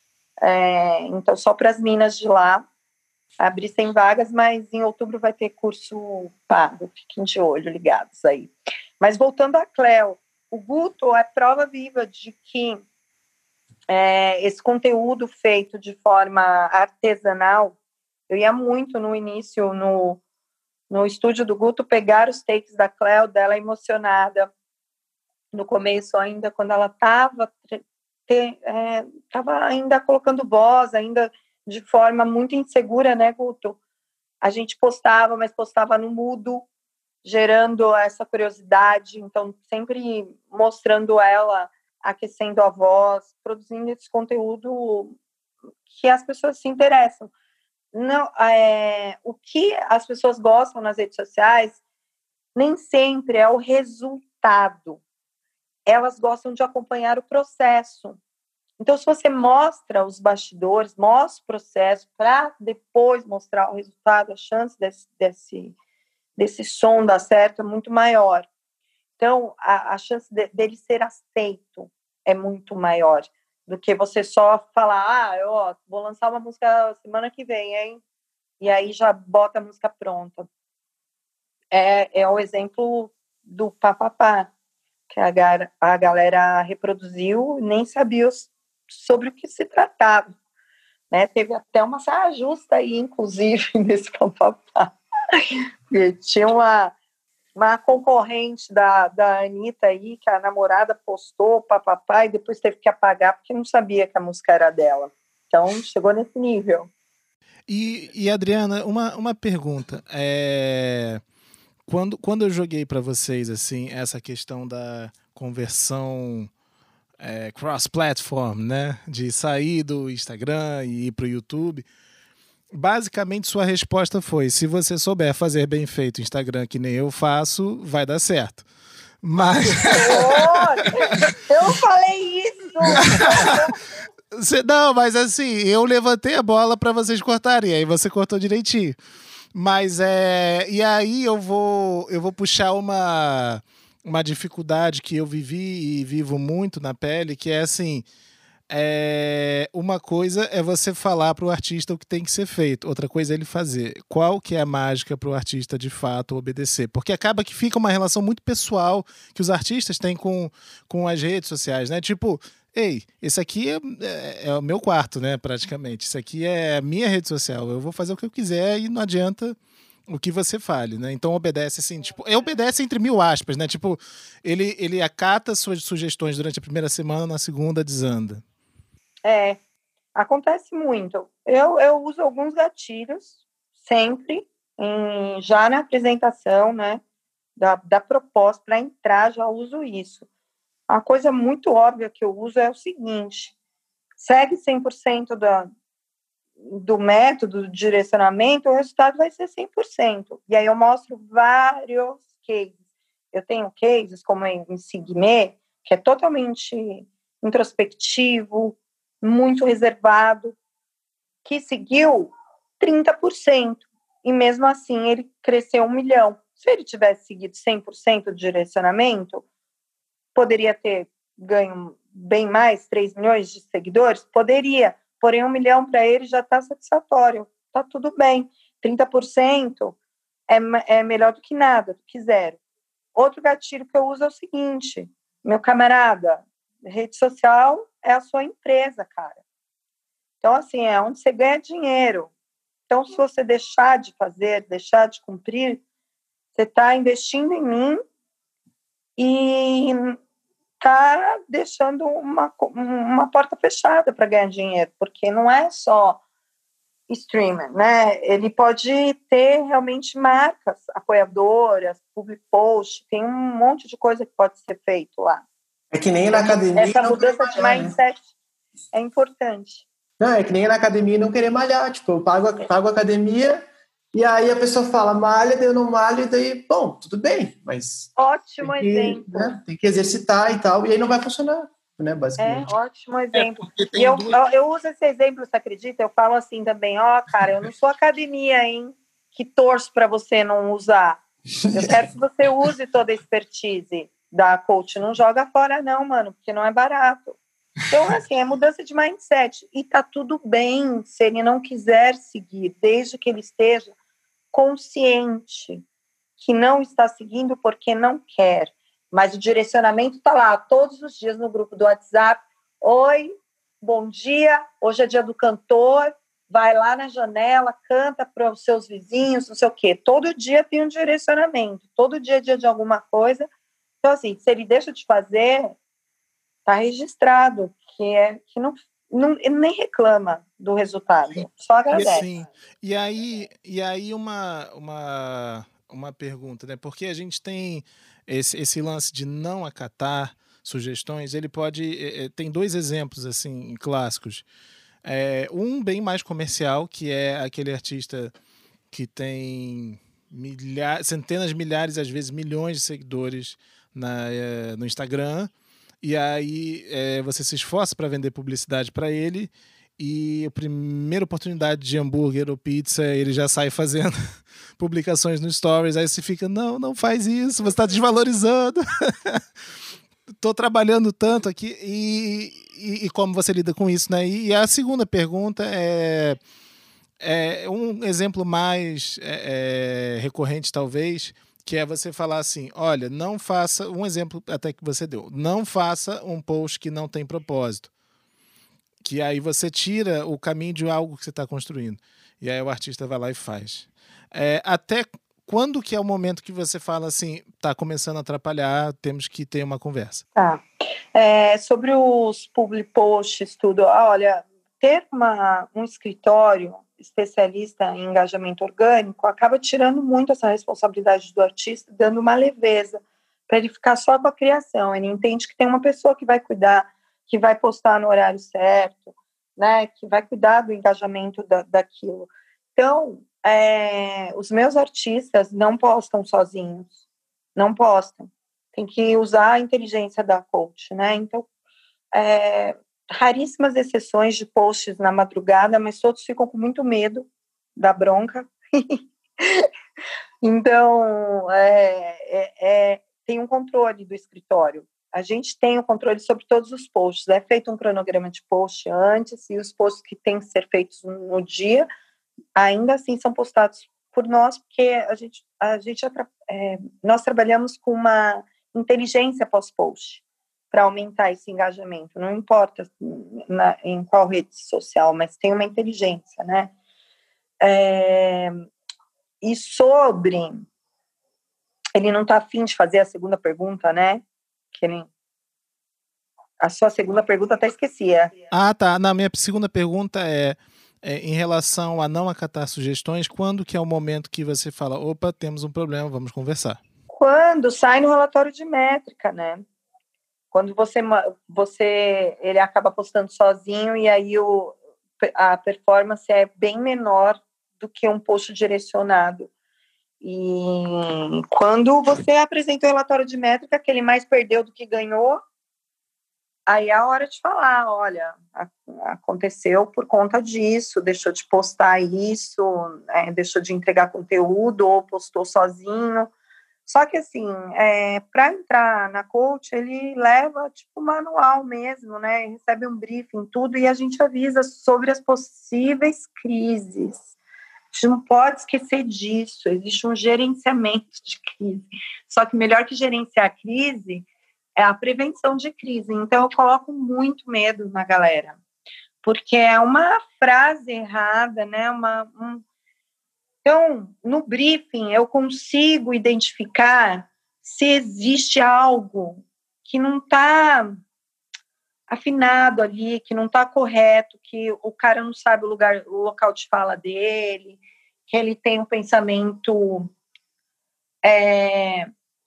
é, então só pras minas de lá. Abri cem vagas, mas em outubro vai ter curso pago. Fiquem de olho, ligados aí. Mas voltando a Cleo, o Guto é prova viva de que é, esse conteúdo feito de forma artesanal, eu ia muito no início, no, no estúdio do Guto, pegar os takes da Cleo, dela emocionada, no começo ainda, quando ela estava é, tava ainda colocando voz, ainda... de forma muito insegura, né, Guto? A gente postava, mas postava no mudo, gerando essa curiosidade, então sempre mostrando ela, aquecendo a voz, produzindo esse conteúdo que as pessoas se interessam. Não, é, o que as pessoas gostam nas redes sociais nem sempre é o resultado. Elas gostam de acompanhar o processo. Então, se você mostra os bastidores, mostra o processo, para depois mostrar o resultado, a chance desse, desse, desse som dar certo é muito maior. Então, a, a chance de, dele ser aceito é muito maior do que você só falar, ah, eu ó, vou lançar uma música semana que vem, hein? E aí já bota a música pronta. É, é o exemplo do Papapá, que a, a galera reproduziu e nem sabia os sobre o que se tratava, né? Teve até uma saia justa aí, inclusive, nesse Papapá. Tinha uma, uma concorrente da, da Anitta aí, que a namorada postou Papapá e depois teve que apagar porque não sabia que a música era dela. Então, chegou nesse nível. E, e Adriana, uma, uma pergunta. É... Quando, quando eu joguei para vocês assim, essa questão da conversão... É, cross-platform, né? De sair do Instagram e ir para o YouTube. Basicamente, sua resposta foi: se você souber fazer bem feito o Instagram, que nem eu faço, vai dar certo. Mas... Oh, eu falei isso! Não, mas assim, eu levantei a bola para vocês cortarem, aí você cortou direitinho. Mas é. E aí eu vou, eu vou puxar uma, uma dificuldade que eu vivi e vivo muito na pele, que é assim. É, uma coisa é você falar para o artista o que tem que ser feito, outra coisa é ele fazer. Qual que é a mágica para o artista de fato obedecer? Porque acaba que fica uma relação muito pessoal que os artistas têm com, com as redes sociais, né? Tipo, ei, esse aqui é, é, é o meu quarto, né? Praticamente. Isso aqui é a minha rede social. Eu vou fazer o que eu quiser e não adianta o que você fale, né? Então obedece assim, tipo, obedece entre mil aspas, né? Tipo, ele, ele acata suas sugestões durante a primeira semana, na segunda desanda. É, acontece muito. Eu, eu uso alguns gatilhos, sempre, em, já na apresentação, né, da, da proposta, para entrar, já uso isso. Uma coisa muito óbvia que eu uso é o seguinte, segue cem por cento da, do método, do direcionamento, o resultado vai ser cem por cento. E aí eu mostro vários cases. Eu tenho cases, como em, em Sigmé, que é totalmente introspectivo, muito reservado, que seguiu trinta por cento. E mesmo assim ele cresceu um milhão. Se ele tivesse seguido cem por cento do direcionamento, poderia ter ganho bem mais, três milhões de seguidores? Poderia. Porém, um milhão para ele já está satisfatório. Está tudo bem. trinta por cento é, é melhor do que nada, do que zero. Outro gatilho que eu uso é o seguinte, meu camarada, rede social é a sua empresa, cara. Então, assim, é onde você ganha dinheiro. Então, se você deixar de fazer, deixar de cumprir, você está investindo em mim e está deixando uma, uma porta fechada para ganhar dinheiro, porque não é só streamer, né? Ele pode ter realmente marcas apoiadoras, public post, tem um monte de coisa que pode ser feito lá. É que nem na academia. Essa mudança de mindset, né? É importante. Não, é que nem na academia não querer malhar. Tipo, eu pago, pago a academia e aí a pessoa fala, malha, daí eu não malho, e daí, bom, tudo bem, mas... Ótimo tem que, exemplo. Né, tem que exercitar e tal, e aí não vai funcionar, né, basicamente. É, ótimo exemplo. É, e eu, duas... eu, eu uso esse exemplo, você acredita? Eu falo assim também, ó, oh, cara, eu não sou academia, hein, que torço para você não usar. Eu quero que você use toda a expertise da coach. Não joga fora não, mano, porque não é barato. Então, assim, é mudança de mindset. E tá tudo bem se ele não quiser seguir, desde que ele esteja consciente que não está seguindo porque não quer. Mas o direcionamento está lá todos os dias no grupo do WhatsApp. Oi, bom dia, hoje é dia do cantor, vai lá na janela, canta para os seus vizinhos, não sei o quê. Todo dia tem um direcionamento, todo dia é dia de alguma coisa. Então, assim, se ele deixa de fazer, está registrado, que, é, que não, não, ele nem reclama do resultado, só agradece. Sim. E aí, e aí uma, uma, uma pergunta, né? Porque a gente tem esse, esse lance de não acatar sugestões, ele pode... Tem dois exemplos, assim, clássicos. É, um bem mais comercial, que é aquele artista que tem milhares, centenas de milhares, às vezes milhões de seguidores na, no Instagram, e aí é, você se esforça para vender publicidade para ele, e a primeira oportunidade de hambúrguer ou pizza, ele já sai fazendo publicações no Stories, aí você fica, não, não faz isso, você está desvalorizando. Tô trabalhando tanto aqui, e, e, e como você lida com isso, né? E, e a segunda pergunta é, é um exemplo mais é, é, recorrente, talvez, que é você falar assim, olha, não faça, um exemplo até que você deu, não faça um post que não tem propósito. Que aí você tira o caminho de algo que você está construindo. E aí o artista vai lá e faz. É, até quando que é o momento que você fala assim, está começando a atrapalhar, temos que ter uma conversa? Tá. É, sobre os public posts, tudo, olha, ter uma, um escritório especialista em engajamento orgânico acaba tirando muito essa responsabilidade do artista, dando uma leveza para ele ficar só com a criação. Ele entende que tem uma pessoa que vai cuidar, que vai postar no horário certo, né, que vai cuidar do engajamento da, daquilo. Então, é, os meus artistas não postam sozinhos, não postam. Tem que usar a inteligência da coach, né? Então, é, raríssimas exceções de posts na madrugada, mas todos ficam com muito medo da bronca Então, é, é, é, tem um controle do escritório. A gente tem o controle sobre todos os posts. É feito um cronograma de post antes, e os posts que têm que ser feitos no dia, ainda assim são postados por nós, porque a gente, a gente é, nós trabalhamos com uma inteligência pós-post para aumentar esse engajamento. Não importa na, em qual rede social, mas tem uma inteligência, né? É, e sobre... Ele não está afim de fazer a segunda pergunta, né? Que ele, a sua segunda pergunta até esqueci. É. Ah, tá. Na minha segunda pergunta é, é em relação a não acatar sugestões, quando que é o momento que você fala, opa, temos um problema, vamos conversar? Quando sai no relatório de métrica, né? Quando você, você ele acaba postando sozinho e aí o, a performance é bem menor do que um post direcionado. E quando você apresenta o relatório de métrica, que ele mais perdeu do que ganhou, aí é a hora de falar, olha, aconteceu por conta disso, deixou de postar isso, é, deixou de entregar conteúdo ou postou sozinho. Só que, assim, é, para entrar na coach, ele leva, tipo, manual mesmo, né? Recebe um briefing, tudo, e a gente avisa sobre as possíveis crises. A gente não pode esquecer disso, existe um gerenciamento de crise. Só que melhor que gerenciar a crise é a prevenção de crise. Então, eu coloco muito medo na galera, porque é uma frase errada, né? Uma... Um, Então, no briefing, eu consigo identificar se existe algo que não está afinado ali, que não está correto, que o cara não sabe o lugar, o local de fala dele, que ele tem um pensamento é,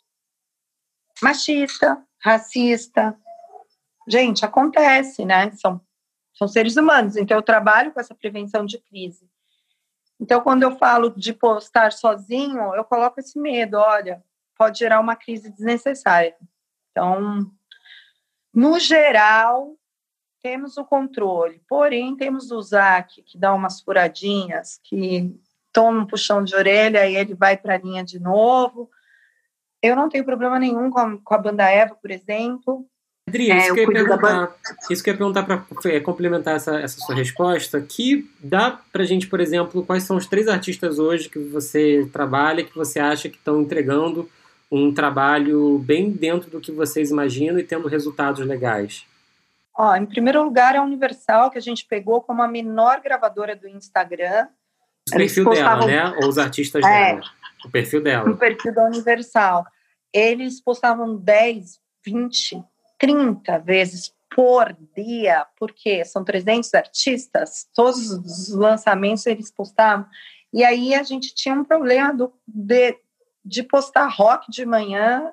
machista, racista. Gente, acontece, né? São, são seres humanos, então eu trabalho com essa prevenção de crise. Então, quando eu falo de postar sozinho, eu coloco esse medo, olha, pode gerar uma crise desnecessária. Então, no geral, temos o controle, porém, temos o Zac, que dá umas furadinhas, que toma um puxão de orelha e ele vai para a linha de novo. Eu não tenho problema nenhum com a, com a Banda Eva, por exemplo. Adri, é, isso, que eu ia perguntar, isso que eu ia perguntar para é, complementar essa, essa sua resposta, que dá para a gente, por exemplo, quais são os três artistas hoje que você trabalha, que você acha que estão entregando um trabalho bem dentro do que vocês imaginam e tendo resultados legais? Ó, em primeiro lugar, a Universal, que a gente pegou como a menor gravadora do Instagram. O perfil postavam... dela, né? Ou os artistas é, dela. O perfil dela. O perfil da Universal. Eles postavam dez, vinte, trinta vezes por dia, porque são trezentos artistas, todos os lançamentos eles postavam, e aí a gente tinha um problema do, de, de postar rock de manhã,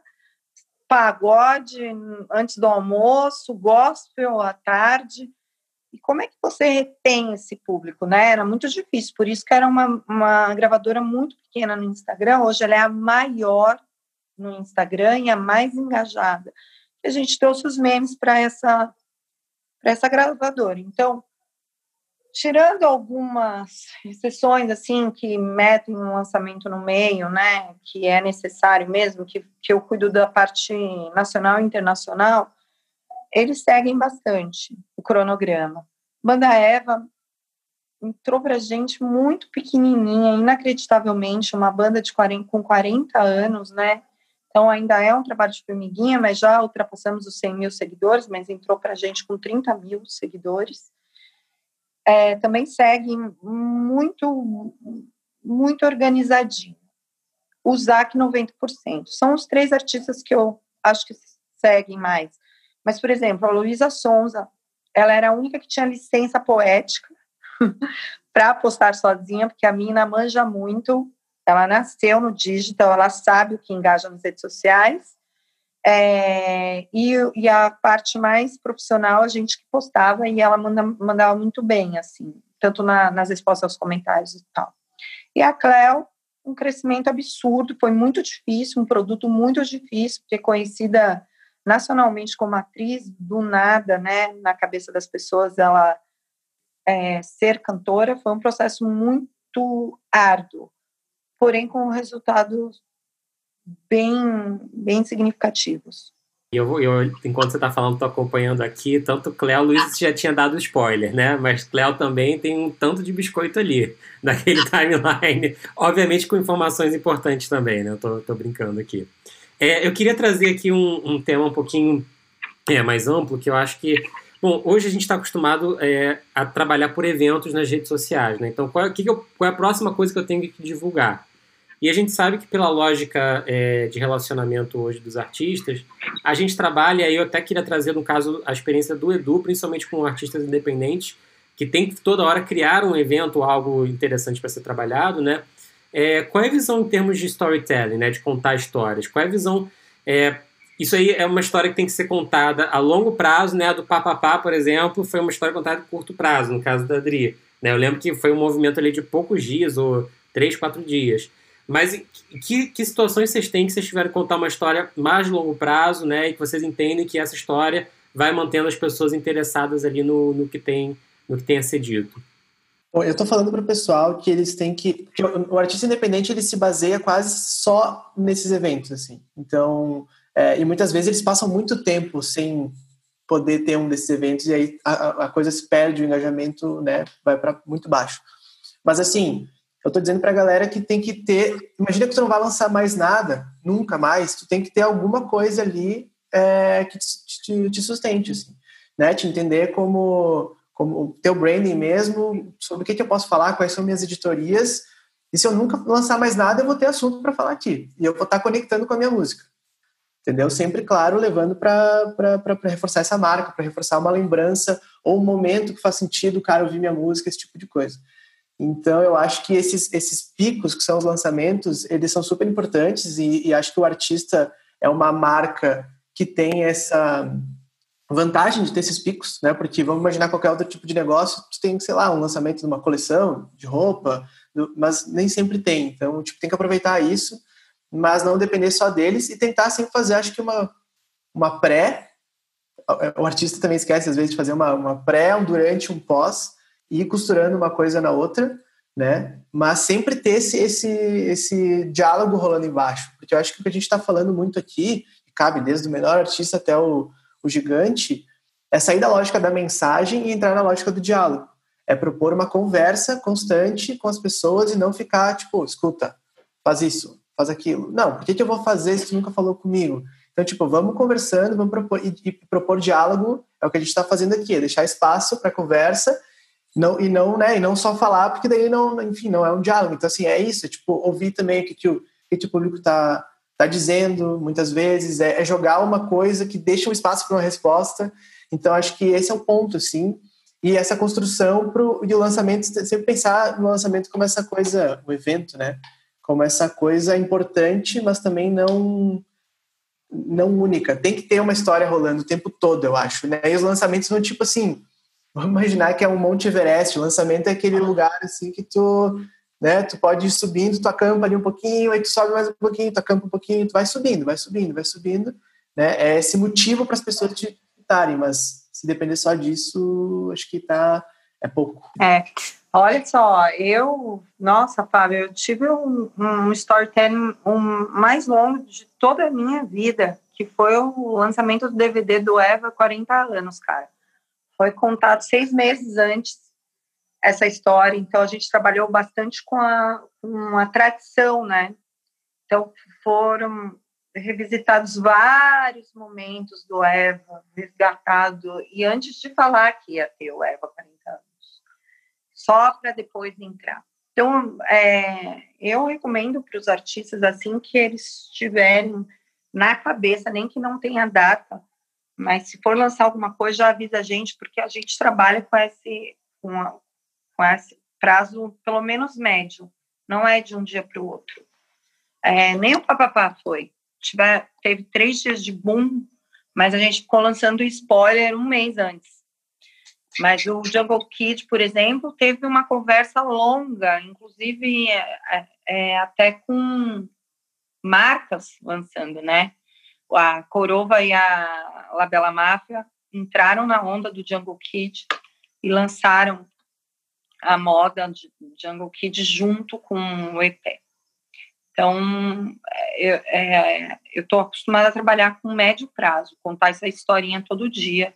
pagode antes do almoço, gospel à tarde, e como é que você retém esse público, né? Era muito difícil, por isso que era uma, uma gravadora muito pequena no Instagram, hoje ela é a maior no Instagram e a mais engajada. A gente trouxe os memes para essa, para essa gravadora. Então, tirando algumas exceções, assim, que metem um lançamento no meio, né, que é necessário mesmo, que, que eu cuido da parte nacional e internacional, eles seguem bastante o cronograma. Banda Eva entrou para a gente muito pequenininha, inacreditavelmente, uma banda de quarenta, com quarenta anos, né, então, ainda é um trabalho de formiguinha, mas já ultrapassamos os cem mil seguidores, mas entrou para a gente com trinta mil seguidores. É, também segue muito, muito organizadinho. O Zac, noventa por cento. São os três artistas que eu acho que seguem mais. Mas, por exemplo, a Luísa Sonza, ela era a única que tinha licença poética para postar sozinha, porque a mina manja muito. Ela nasceu no digital, ela sabe o que engaja nas redes sociais, é, e, e a parte mais profissional a gente que postava, e ela manda, mandava muito bem, assim, tanto na, nas respostas aos comentários e tal. E a Cleo, um crescimento absurdo, foi muito difícil, um produto muito difícil, porque é conhecida nacionalmente como atriz, do nada, né, na cabeça das pessoas, ela é, ser cantora, foi um processo muito árduo. porém com resultados bem, bem significativos. E eu, eu, enquanto você está falando, estou acompanhando aqui, tanto Cléo, Luiz já tinha dado spoiler, né? Mas Cléo também tem um tanto de biscoito ali, naquele timeline. Obviamente com informações importantes também, né? Eu tô, tô brincando aqui. É, eu queria trazer aqui um, um tema um pouquinho é, mais amplo, que eu acho que... Bom, hoje a gente está acostumado é, a trabalhar por eventos nas redes sociais, né? Então, qual, que que eu, qual é a próxima coisa que eu tenho que divulgar? E a gente sabe que pela lógica é, de relacionamento hoje dos artistas, a gente trabalha, e eu até queria trazer, no caso, a experiência do Edu, principalmente com artistas independentes, que tem que toda hora criar um evento, algo interessante para ser trabalhado, né? É, qual é a visão em termos de storytelling, né? De contar histórias? Qual é a visão... É, isso aí é uma história que tem que ser contada a longo prazo, né? A do Papapá, por exemplo, foi uma história contada a curto prazo, no caso da Adri, né? Eu lembro que foi um movimento ali de poucos dias, ou três, quatro dias. Mas que, que situações vocês têm que vocês tiveram que contar uma história mais longo prazo, né? E que vocês entendem que essa história vai mantendo as pessoas interessadas ali no, no, que, tem, no que tem a ser dito? Bom, eu estou falando para o pessoal que eles têm que... que o, o artista independente, ele se baseia quase só nesses eventos, assim. Então, é, e muitas vezes eles passam muito tempo sem poder ter um desses eventos e aí a, a coisa se perde, o engajamento, né, vai para muito baixo. Mas, assim... Eu estou dizendo para a galera que tem que ter... Imagina que tu não vai lançar mais nada, nunca mais. Tu tem que ter alguma coisa ali é, que te, te, te sustente, assim, né? Te entender como, como o teu branding mesmo, sobre o que, que eu posso falar, quais são minhas editorias. E se eu nunca lançar mais nada, eu vou ter assunto para falar aqui. E eu vou estar conectando com a minha música. Entendeu? Sempre, claro, levando para reforçar essa marca, para reforçar uma lembrança ou um momento que faz sentido o cara ouvir minha música, esse tipo de coisa. Então, eu acho que esses, esses picos, que são os lançamentos, eles são super importantes e, e acho que o artista é uma marca que tem essa vantagem de ter esses picos, né? Porque vamos imaginar qualquer outro tipo de negócio, tu tem, sei lá, um lançamento de uma coleção de roupa, mas nem sempre tem. Então, tipo, tem que aproveitar isso, mas não depender só deles e tentar sempre fazer, acho que uma, uma pré, o artista também esquece às vezes de fazer uma, uma pré, um durante, um pós, e ir costurando uma coisa na outra, né? Mas sempre ter esse, esse, esse diálogo rolando embaixo. Porque eu acho que o que a gente está falando muito aqui, cabe desde o menor artista até o, o gigante, é sair da lógica da mensagem e entrar na lógica do diálogo. É propor uma conversa constante com as pessoas e não ficar, tipo, escuta, faz isso, faz aquilo. Não, por que, que eu vou fazer se tu nunca falou comigo? Então, tipo, vamos conversando, vamos propor, e, e propor diálogo, é o que a gente está fazendo aqui, é deixar espaço para conversa. Não, e, não, né, e não só falar, porque daí não, enfim, não é um diálogo. Então, assim, é isso, é tipo, ouvir também o que, que, o, que, que o público está tá dizendo, muitas vezes, é, é jogar uma coisa que deixa um espaço para uma resposta. Então, acho que esse é o ponto, assim. E essa construção pro, e o lançamento, sempre pensar no lançamento como essa coisa, o evento, né, como essa coisa importante, mas também não, não única. Tem que ter uma história rolando o tempo todo, eu acho, né? E os lançamentos vão, tipo assim... Vamos imaginar que é um Monte Everest. O lançamento é aquele lugar assim que tu, né, tu pode ir subindo, tu acampa ali um pouquinho, aí tu sobe mais um pouquinho, tu acampa um pouquinho, tu vai subindo, vai subindo, vai subindo, né? É esse motivo para as pessoas te escutarem, mas se depender só disso, acho que tá é pouco. É. Olha só, eu, nossa, Fábio, eu tive um, um storytelling um, mais longo de toda a minha vida, que foi o lançamento do D V D do Eva, quarenta anos, cara. Foi contado seis meses antes essa história, então a gente trabalhou bastante com a, com a tradição, né? Então foram revisitados vários momentos do Eva, resgatado, e antes de falar que ia ter o Eva quarenta anos, só para depois entrar. Então, é, eu recomendo para os artistas assim que eles tiverem na cabeça, nem que não tenha data, mas se for lançar alguma coisa, já avisa a gente, porque a gente trabalha com esse, com, a, com esse prazo, pelo menos médio. Não é de um dia para o outro. É, nem o Papapá foi. Tiver, teve três dias de boom, mas a gente ficou lançando spoiler um mês antes. Mas o Jungle Kid, por exemplo, teve uma conversa longa, inclusive é, é, até com marcas lançando, né? A Corova e a Labela Máfia entraram na onda do Jungle Kid e lançaram a moda de Jungle Kid junto com o E P. Então, eu é, estou acostumada a trabalhar com médio prazo, contar essa historinha todo dia.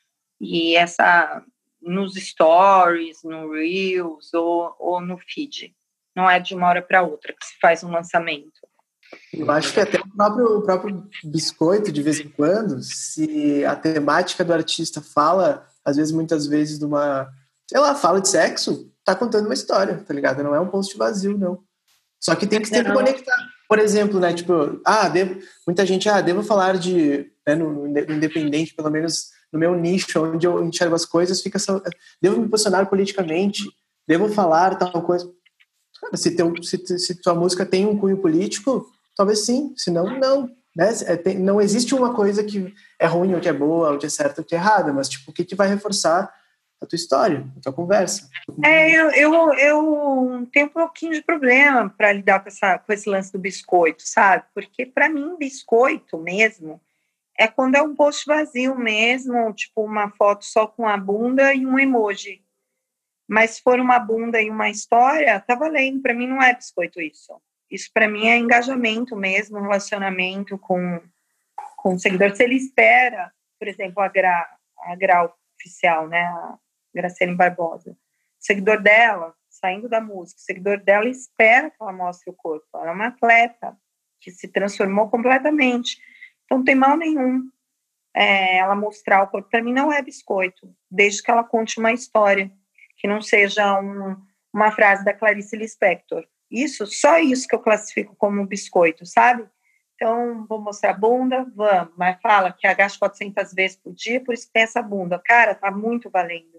E essa nos stories, no Reels ou, ou no feed. Não é de uma hora para outra que se faz um lançamento. Eu acho que até o próprio, o próprio biscoito, de vez em quando, se a temática do artista fala, às vezes, muitas vezes, de uma, sei lá, fala de sexo, tá contando uma história, tá ligado? Não é um post vazio, não. Só que tem que sempre conectar. Por exemplo, né, tipo, ah, devo, muita gente, ah, devo falar de, né, no, no independente, pelo menos no meu nicho, onde eu enxergo as coisas, fica só, devo me posicionar politicamente, devo falar tal coisa. Cara, se, teu, se, se tua música tem um cunho político, talvez sim, senão não. Né? É, tem, não existe uma coisa que é ruim ou que é boa, ou que é certa ou que é errada, mas tipo, o que, que vai reforçar a tua história, a tua conversa. É, eu, eu, eu tenho um pouquinho de problema para lidar com, essa, com esse lance do biscoito, sabe? Porque para mim, biscoito mesmo é quando é um post vazio mesmo, tipo uma foto só com a bunda e um emoji. Mas se for uma bunda e uma história, tá valendo. Para mim não é biscoito isso. Isso para mim é engajamento mesmo, relacionamento com, com o seguidor. Se ele espera, por exemplo, a Gra, a Gra oficial, né, a Graciane Barbosa, o seguidor dela, saindo da música, o seguidor dela espera que ela mostre o corpo. Ela é uma atleta que se transformou completamente. Então não tem mal nenhum é, ela mostrar o corpo. Para mim não é biscoito, desde que ela conte uma história, que não seja um, uma frase da Clarice Lispector. Isso, só isso que eu classifico como biscoito, sabe? Então, vou mostrar a bunda, vamos, mas fala que agacha quatrocentas vezes por dia, por isso tem essa bunda. Cara, tá muito valendo.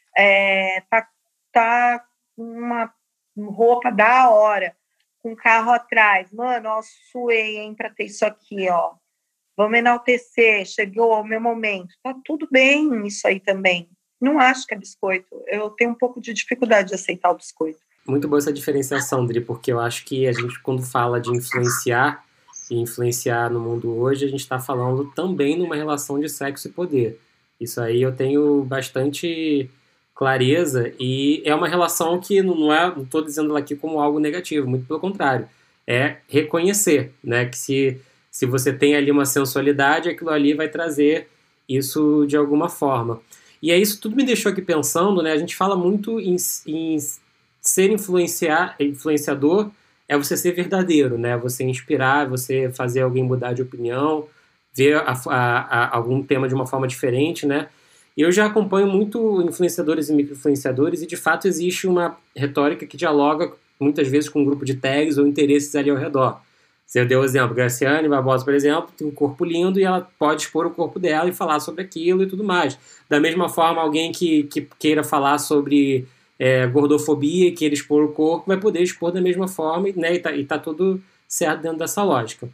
É, tá, tá uma roupa da hora, com carro atrás. Mano, ó, suei, hein, pra ter isso aqui, ó. Vamos enaltecer, chegou o meu momento. Tá tudo bem isso aí também. Não acho que é biscoito. Eu tenho um pouco de dificuldade de aceitar o biscoito. Muito boa essa diferenciação, Dri, porque eu acho que a gente, quando fala de influenciar e influenciar no mundo hoje, a gente está falando também numa relação de sexo e poder. Isso aí eu tenho bastante clareza e é uma relação que não é, não estou dizendo ela aqui como algo negativo, muito pelo contrário. É reconhecer, né, que se, se você tem ali uma sensualidade, aquilo ali vai trazer isso de alguma forma. E aí isso tudo me deixou aqui pensando, né, a gente fala muito em, em ser influenciar, influenciador é você ser verdadeiro, né? Você inspirar, você fazer alguém mudar de opinião, ver a, a, a, algum tema de uma forma diferente, né? Eu já acompanho muito influenciadores e micro-influenciadores e, de fato, existe uma retórica que dialoga muitas vezes com um grupo de tags ou interesses ali ao redor. Você deu o exemplo, Graciane Barbosa, por exemplo, tem um corpo lindo e ela pode expor o corpo dela e falar sobre aquilo e tudo mais. Da mesma forma, alguém que, que queira falar sobre É, gordofobia e queira expor o corpo, vai poder expor da mesma forma, né, e, tá, e tá tudo certo dentro dessa lógica.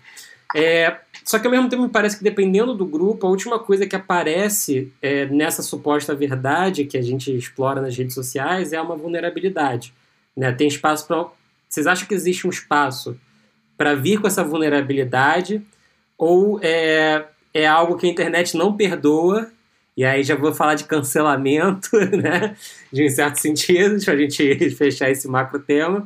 É, só que ao mesmo tempo me parece que dependendo do grupo, a última coisa que aparece é, nessa suposta verdade que a gente explora nas redes sociais é uma vulnerabilidade. Né? Tem espaço para... Vocês acham que existe um espaço para vir com essa vulnerabilidade ou é, é algo que a internet não perdoa? E aí já vou falar de cancelamento, né? De um certo sentido, para a gente fechar esse macro tema.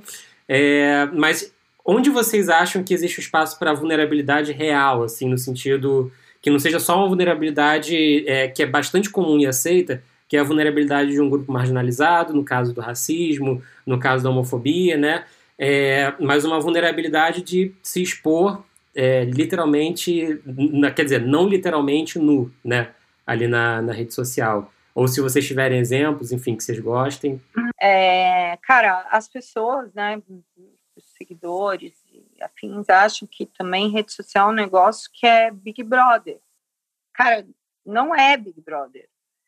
É, mas onde vocês acham que existe espaço para vulnerabilidade real, assim, no sentido que não seja só uma vulnerabilidade é, que é bastante comum e aceita, que é a vulnerabilidade de um grupo marginalizado, no caso do racismo, no caso da homofobia, né? É, mas uma vulnerabilidade de se expor é, literalmente, na, quer dizer, não literalmente nu, né? Ali na, na rede social. Ou se vocês tiverem exemplos, enfim, que vocês gostem. É, cara, as pessoas, né, os seguidores e afins, acham que também rede social é um negócio que é Big Brother. Cara, não é Big Brother,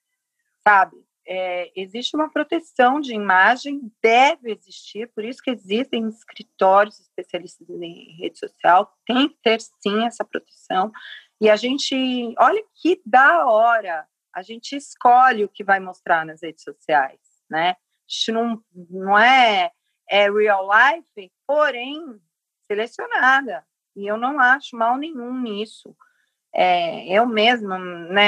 sabe? É, existe uma proteção de imagem, deve existir, por isso que existem escritórios especialistas em rede social, tem que ter, sim, essa proteção. E a gente, olha que da hora, a gente escolhe o que vai mostrar nas redes sociais, né? A gente não, não é, é real life, porém selecionada. E eu não acho mal nenhum nisso. É, eu mesma, né,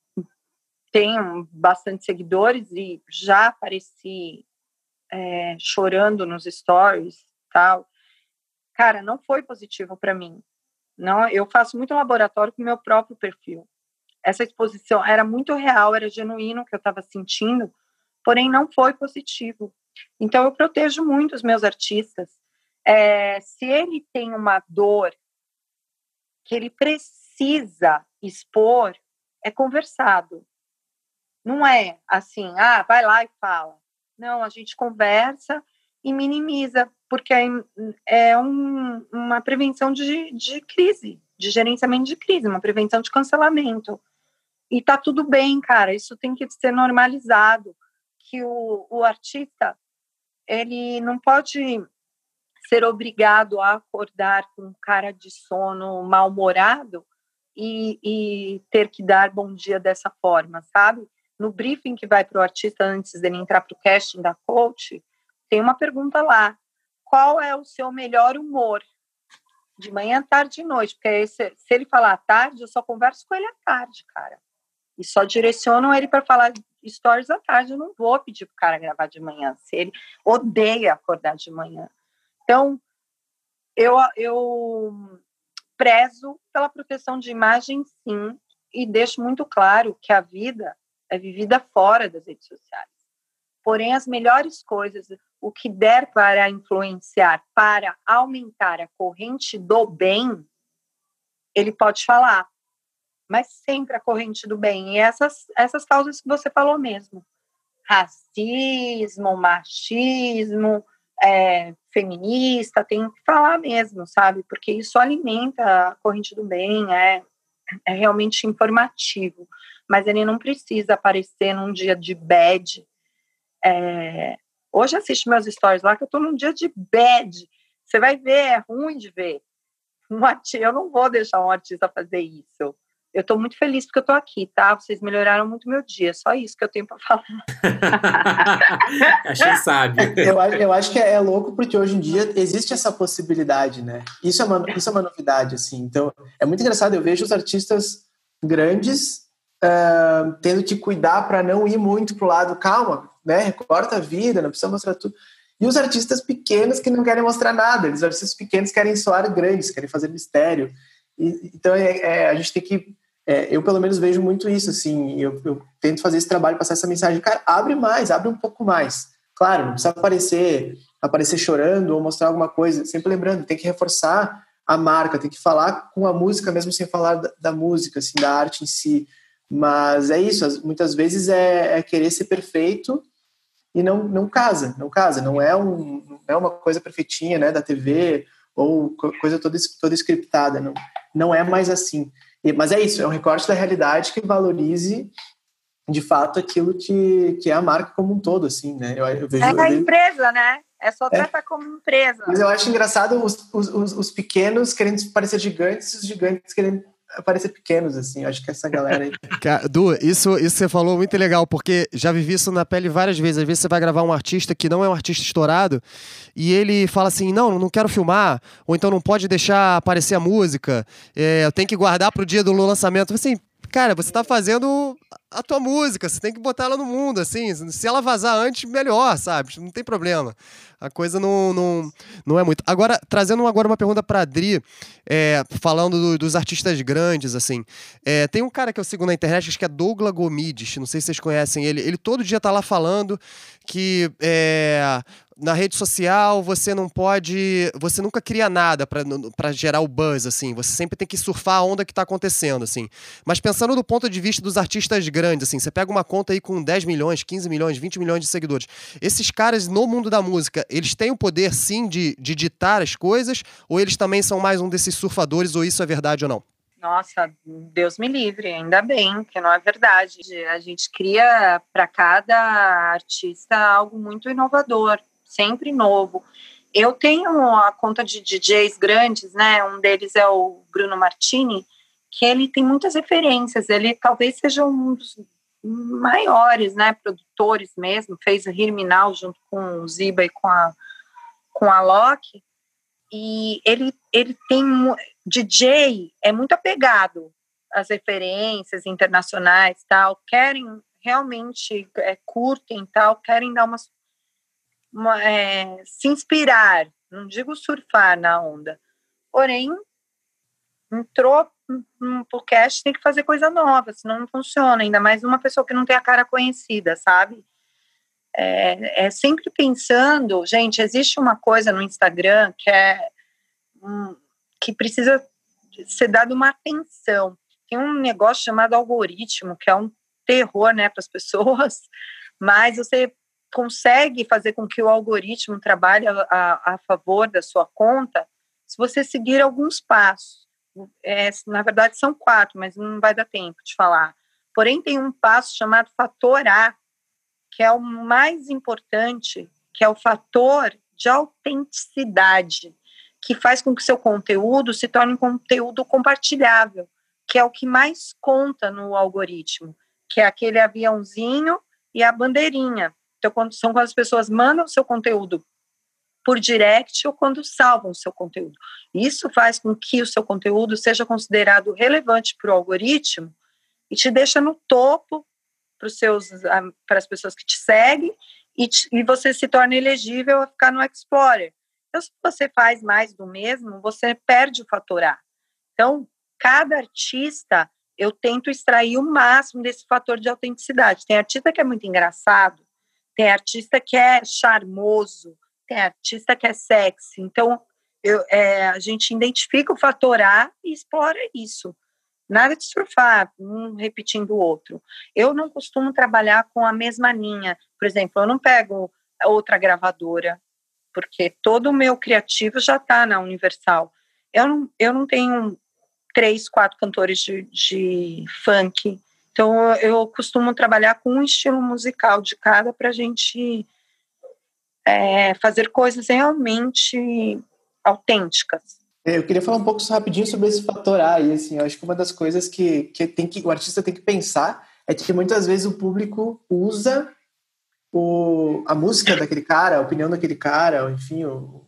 tenho bastante seguidores e já apareci é, chorando nos stories e tal. cara, não foi positivo para mim. Não, eu faço muito laboratório com o meu próprio perfil. Essa exposição era muito real, era genuíno o que eu estava sentindo, porém não foi positivo. Então eu protejo muito os meus artistas. É, se ele tem uma dor que ele precisa expor, é conversado. Não é assim, ah, vai lá e fala. Não, a gente conversa e minimiza, porque é, é um, uma prevenção de, de crise, de gerenciamento de crise, uma prevenção de cancelamento. E tá tudo bem, cara, isso tem que ser normalizado, que o, o artista, ele não pode ser obrigado a acordar com cara de sono mal-humorado e, e ter que dar bom dia dessa forma, sabe? No briefing que vai para o artista antes dele entrar para o casting da coach, tem uma pergunta lá: qual é o seu melhor humor? De manhã, tarde e noite. Porque esse, se ele falar à tarde, eu só converso com ele à tarde, cara. E só direciono ele para falar stories à tarde. Eu não vou pedir para o cara gravar de manhã, se ele odeia acordar de manhã. Então, eu, eu prezo pela proteção de imagem, sim, e deixo muito claro que a vida é vivida fora das redes sociais. Porém, as melhores coisas, o que der para influenciar, para aumentar a corrente do bem, ele pode falar, mas sempre a corrente do bem. E essas, essas causas que você falou mesmo, racismo, machismo, é, feminista, tem que falar mesmo, sabe? Porque isso alimenta a corrente do bem, é, é realmente informativo. Mas ele não precisa aparecer num dia de bad. É, hoje assiste meus stories lá que eu tô num dia de bad. Você vai ver, é ruim de ver. Um artista, eu não vou deixar um artista fazer isso. Eu tô muito feliz porque eu tô aqui, tá? Vocês melhoraram muito meu dia. Só isso que eu tenho para falar. Achei sábio. Eu, eu acho que é louco porque hoje em dia existe essa possibilidade, né? Isso é uma, isso é uma novidade, assim. Então, é muito engraçado. Eu vejo os artistas grandes uh, tendo que cuidar para não ir muito pro lado, calma, né? Recorta a vida, não precisa mostrar tudo. E os artistas pequenos que não querem mostrar nada. Os artistas pequenos querem soar grandes, querem fazer mistério. E, então, é, é, a gente tem que... É, eu, pelo menos, vejo muito isso, assim. Eu, eu tento fazer esse trabalho, passar essa mensagem. Cara, abre mais, abre um pouco mais. Claro, não precisa aparecer, aparecer chorando ou mostrar alguma coisa. Sempre lembrando, tem que reforçar a marca, tem que falar com a música mesmo sem falar da, da música, assim, da arte em si. Mas é isso, muitas vezes é, é querer ser perfeito e não, não casa, não casa. Não é, um, não é uma coisa perfeitinha, né, da T V ou coisa toda, toda scriptada. Não, não é mais assim. E, mas é isso, é um recorte da realidade que valorize de fato aquilo que, que é a marca como um todo, assim, né? Eu, eu vejo, é a eu vejo... empresa, né? É só tratar é. como empresa. Mas eu acho engraçado os, os, os pequenos querendo parecer gigantes e os gigantes querendo parecer pequenos, assim. Eu acho que essa galera aí... Du, isso, isso você falou muito legal, porque já vivi isso na pele várias vezes. Às vezes você vai gravar um artista que não é um artista estourado e ele fala assim, não, não quero filmar, ou então não pode deixar aparecer a música, é, eu tenho que guardar pro dia do lançamento. Assim, cara, você tá fazendo a tua música, você tem que botar ela no mundo, assim, se ela vazar antes, melhor, sabe? Não tem problema. A coisa não, não, não é muito. Agora, trazendo agora uma pergunta pra Adri, é, falando do, dos artistas grandes, assim, é, tem um cara que eu sigo na internet, acho que é Douglas Gomides, não sei se vocês conhecem ele, ele todo dia tá lá falando que é, na rede social você não pode, você nunca cria nada pra, pra gerar o buzz, assim, você sempre tem que surfar a onda que tá acontecendo, assim. Mas pensando do ponto de vista dos artistas grandes, assim, você pega uma conta aí com dez milhões, quinze milhões, vinte milhões de seguidores, esses caras no mundo da música, eles têm o poder, sim, de, de ditar as coisas, ou eles também são mais um desses surfadores, ou isso é verdade ou não? Nossa, Deus me livre, ainda bem que não é verdade. A gente cria para cada artista algo muito inovador, sempre novo. Eu tenho a conta de D Js grandes, né? Um deles é o Bruno Martini, que ele tem muitas referências, ele talvez seja um dos maiores, né, produtores mesmo, fez o Hear Me Now junto com o Ziba e com a, com a Loki, e ele, ele tem, D J é muito apegado às referências internacionais, tal, querem realmente, é, curtem, tal, querem dar uma, uma é, se inspirar não digo surfar na onda, porém, entrou no podcast, tem que fazer coisa nova, senão não funciona, ainda mais uma pessoa que não tem a cara conhecida, sabe? É, é sempre pensando, gente, existe uma coisa no Instagram que é um, que precisa ser dada uma atenção. Tem um negócio chamado algoritmo, que é um terror, né, para as pessoas, mas você consegue fazer com que o algoritmo trabalhe a, a, a favor da sua conta se você seguir alguns passos. É, na verdade são quatro, mas não vai dar tempo de falar. Porém, tem um passo chamado fator A, que é o mais importante, que é o fator de autenticidade, que faz com que seu conteúdo se torne um conteúdo compartilhável, que é o que mais conta no algoritmo, que é aquele aviãozinho e a bandeirinha. Então, quando, são quando as pessoas mandam o seu conteúdo por direct ou quando salvam o seu conteúdo. Isso faz com que o seu conteúdo seja considerado relevante para o algoritmo e te deixa no topo para as pessoas que te seguem e, te, e você se torna elegível a ficar no Explorer. Então, se você faz mais do mesmo, você perde o fator A. Então, cada artista, eu tento extrair o máximo desse fator de autenticidade. Tem artista que é muito engraçado, tem artista que é charmoso, tem artista que é sexy. Então, eu, é, a gente identifica o fator A e explora isso. Nada de surfar, um repetindo o outro. Eu não costumo trabalhar com a mesma linha. Por exemplo, eu não pego outra gravadora, porque todo o meu criativo já está na Universal. Eu não, eu não tenho três, quatro cantores de, de funk. Então, eu, eu costumo trabalhar com um estilo musical de cada para a gente é, fazer coisas realmente autênticas. Eu queria falar um pouco rapidinho sobre esse fator A. E, assim, eu acho que uma das coisas que, que, tem que o artista tem que pensar é que muitas vezes o público usa o, a música daquele cara, a opinião daquele cara, enfim, o,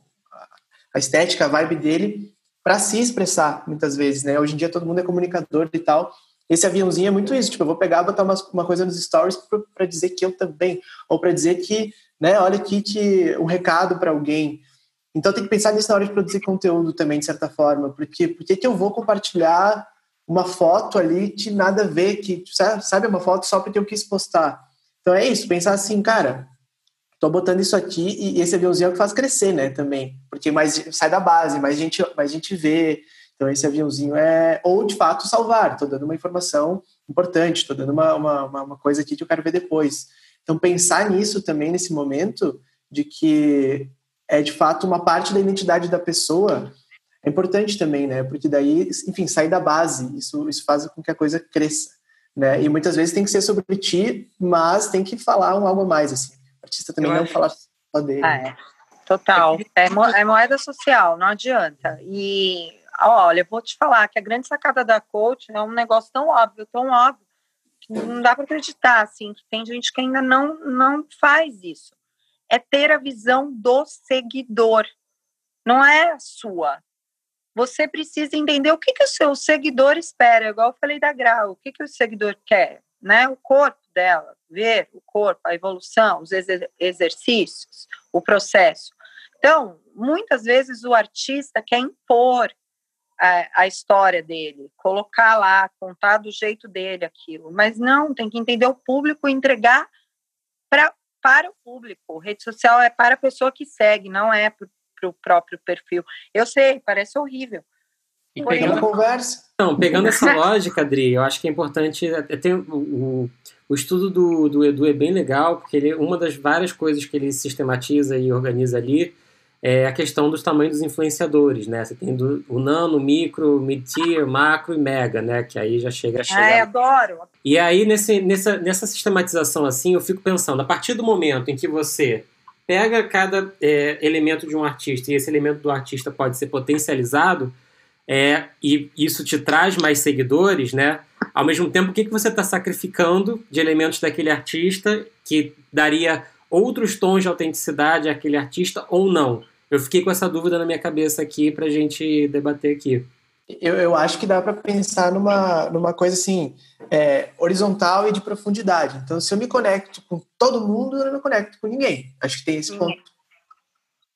a estética, a vibe dele, para se expressar, muitas vezes, né? Hoje em dia todo mundo é comunicador e tal. Esse aviãozinho é muito isso, tipo, eu vou pegar, botar uma, uma coisa nos stories para dizer que eu também, ou para dizer que, né, olha aqui que um recado para alguém. Então tem que pensar nisso na hora de produzir conteúdo também, de certa forma, porque por que eu vou compartilhar uma foto ali de nada a ver, que, sabe, uma foto só porque eu quis postar. Então é isso, pensar assim, cara, tô botando isso aqui e esse aviãozinho é o que faz crescer, né, também, porque mais sai da base, mais gente, mais gente vê, então esse aviãozinho é, ou de fato salvar, tô dando uma informação importante, tô dando uma, uma, uma coisa aqui que eu quero ver depois. Então pensar nisso também, nesse momento, de que é de fato uma parte da identidade da pessoa, é importante também, né? Porque daí, enfim, sai da base, isso, isso faz com que a coisa cresça, né? E muitas vezes tem que ser sobre ti, mas tem que falar um algo a mais, assim. O artista também Eu não acho... falar só dele. Ah, é. Total. É, mo- é moeda social, não adianta. E, olha, eu vou te falar que a grande sacada da coach é um negócio tão óbvio, tão óbvio, que não dá para acreditar, assim, que tem gente que ainda não, não faz isso. É ter a visão do seguidor, não é a sua. Você precisa entender o que, que o seu seguidor espera, igual eu falei da Grau, o que, que o seguidor quer, né? O corpo dela, ver o corpo, a evolução, os exer- exercícios, o processo. Então, muitas vezes o artista quer impor a, a história dele, colocar lá, contar do jeito dele aquilo, mas não, tem que entender o público e entregar pra, para o público. Rede social é para a pessoa que segue, não é para o próprio perfil. Eu sei, parece horrível. E Porém, pegando, conversa. Não, pegando essa lógica, Adri, eu acho que é importante. Tem o, o, o estudo do, do Edu é bem legal, porque ele, uma das várias coisas que ele sistematiza e organiza ali é a questão dos tamanhos dos influenciadores, né? Você tem do, o nano, micro, mid-tier, macro e mega, né? Que aí já chega a chegar. Ai, adoro! E aí, nesse, nessa, nessa sistematização assim, eu fico pensando, a partir do momento em que você pega cada é, elemento de um artista e esse elemento do artista pode ser potencializado, é, e isso te traz mais seguidores, né? Ao mesmo tempo, o que, que você está sacrificando de elementos daquele artista que daria outros tons de autenticidade àquele artista ou não? Eu fiquei com essa dúvida na minha cabeça aqui para a gente debater aqui. Eu, eu acho que dá para pensar numa, numa coisa assim, é, horizontal e de profundidade. Então, se eu me conecto com todo mundo, eu não me conecto com ninguém. Acho que tem esse ponto.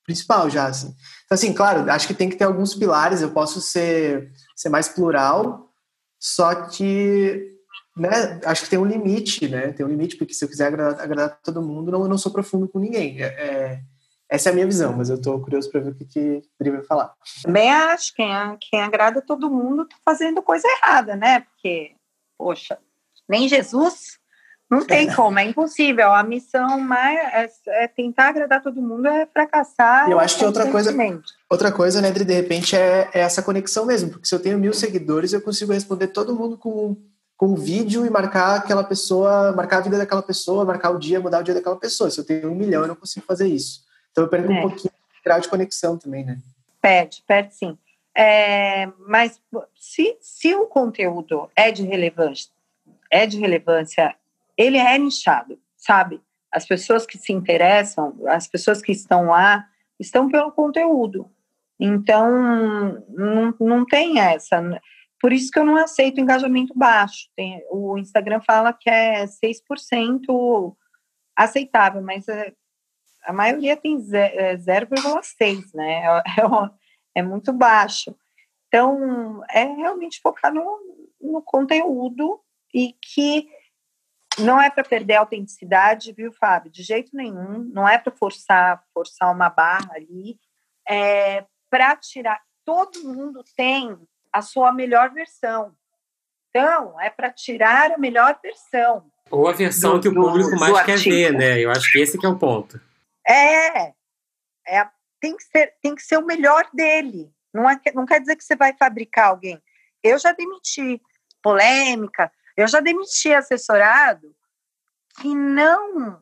principal já, assim. Então, assim, claro, acho que tem que ter alguns pilares, eu posso ser, ser mais plural, só que, né, acho que tem um limite, né, tem um limite, porque se eu quiser agradar, agradar todo mundo, não, eu não sou profundo com ninguém. É, é, essa é a minha visão, mas eu tô curioso para ver o que que Dri vai falar. Também acho que quem, quem agrada todo mundo tá fazendo coisa errada, né, porque, poxa, nem Jesus... Não tem como, é impossível. A missão mais é, é tentar agradar todo mundo, é fracassar. Eu acho que outra coisa, outra coisa, né, Dri, de repente, é, é essa conexão mesmo, porque se eu tenho mil seguidores, eu consigo responder todo mundo com, com um vídeo e marcar aquela pessoa, marcar a vida daquela pessoa, marcar o dia, mudar o dia daquela pessoa. Se eu tenho um milhão, eu não consigo fazer isso. Então eu perco é. um pouquinho de grau de conexão também, né? Perde, perde sim. É, mas se, se o conteúdo é de relevância, é de relevância, ele é nichado, sabe? As pessoas que se interessam, as pessoas que estão lá, estão pelo conteúdo. Então, não, não tem essa. Por isso que eu não aceito engajamento baixo. Tem, o Instagram fala que é seis por cento aceitável, mas é, a maioria tem zero vírgula seis, né? É, é muito baixo. Então, é realmente focar no, no conteúdo e que não é para perder a autenticidade, viu, Fábio? De jeito nenhum. Não é para forçar, forçar uma barra ali. É para tirar. Todo mundo tem a sua melhor versão. Então, é para tirar a melhor versão. Ou a versão do, que o público do, mais do quer artigo. ver, né? Eu acho que esse que é o ponto. É. é tem, que ser, tem que ser o melhor dele. Não, é, não quer dizer que você vai fabricar alguém. Eu já demiti polêmica. Eu já demiti assessorado que não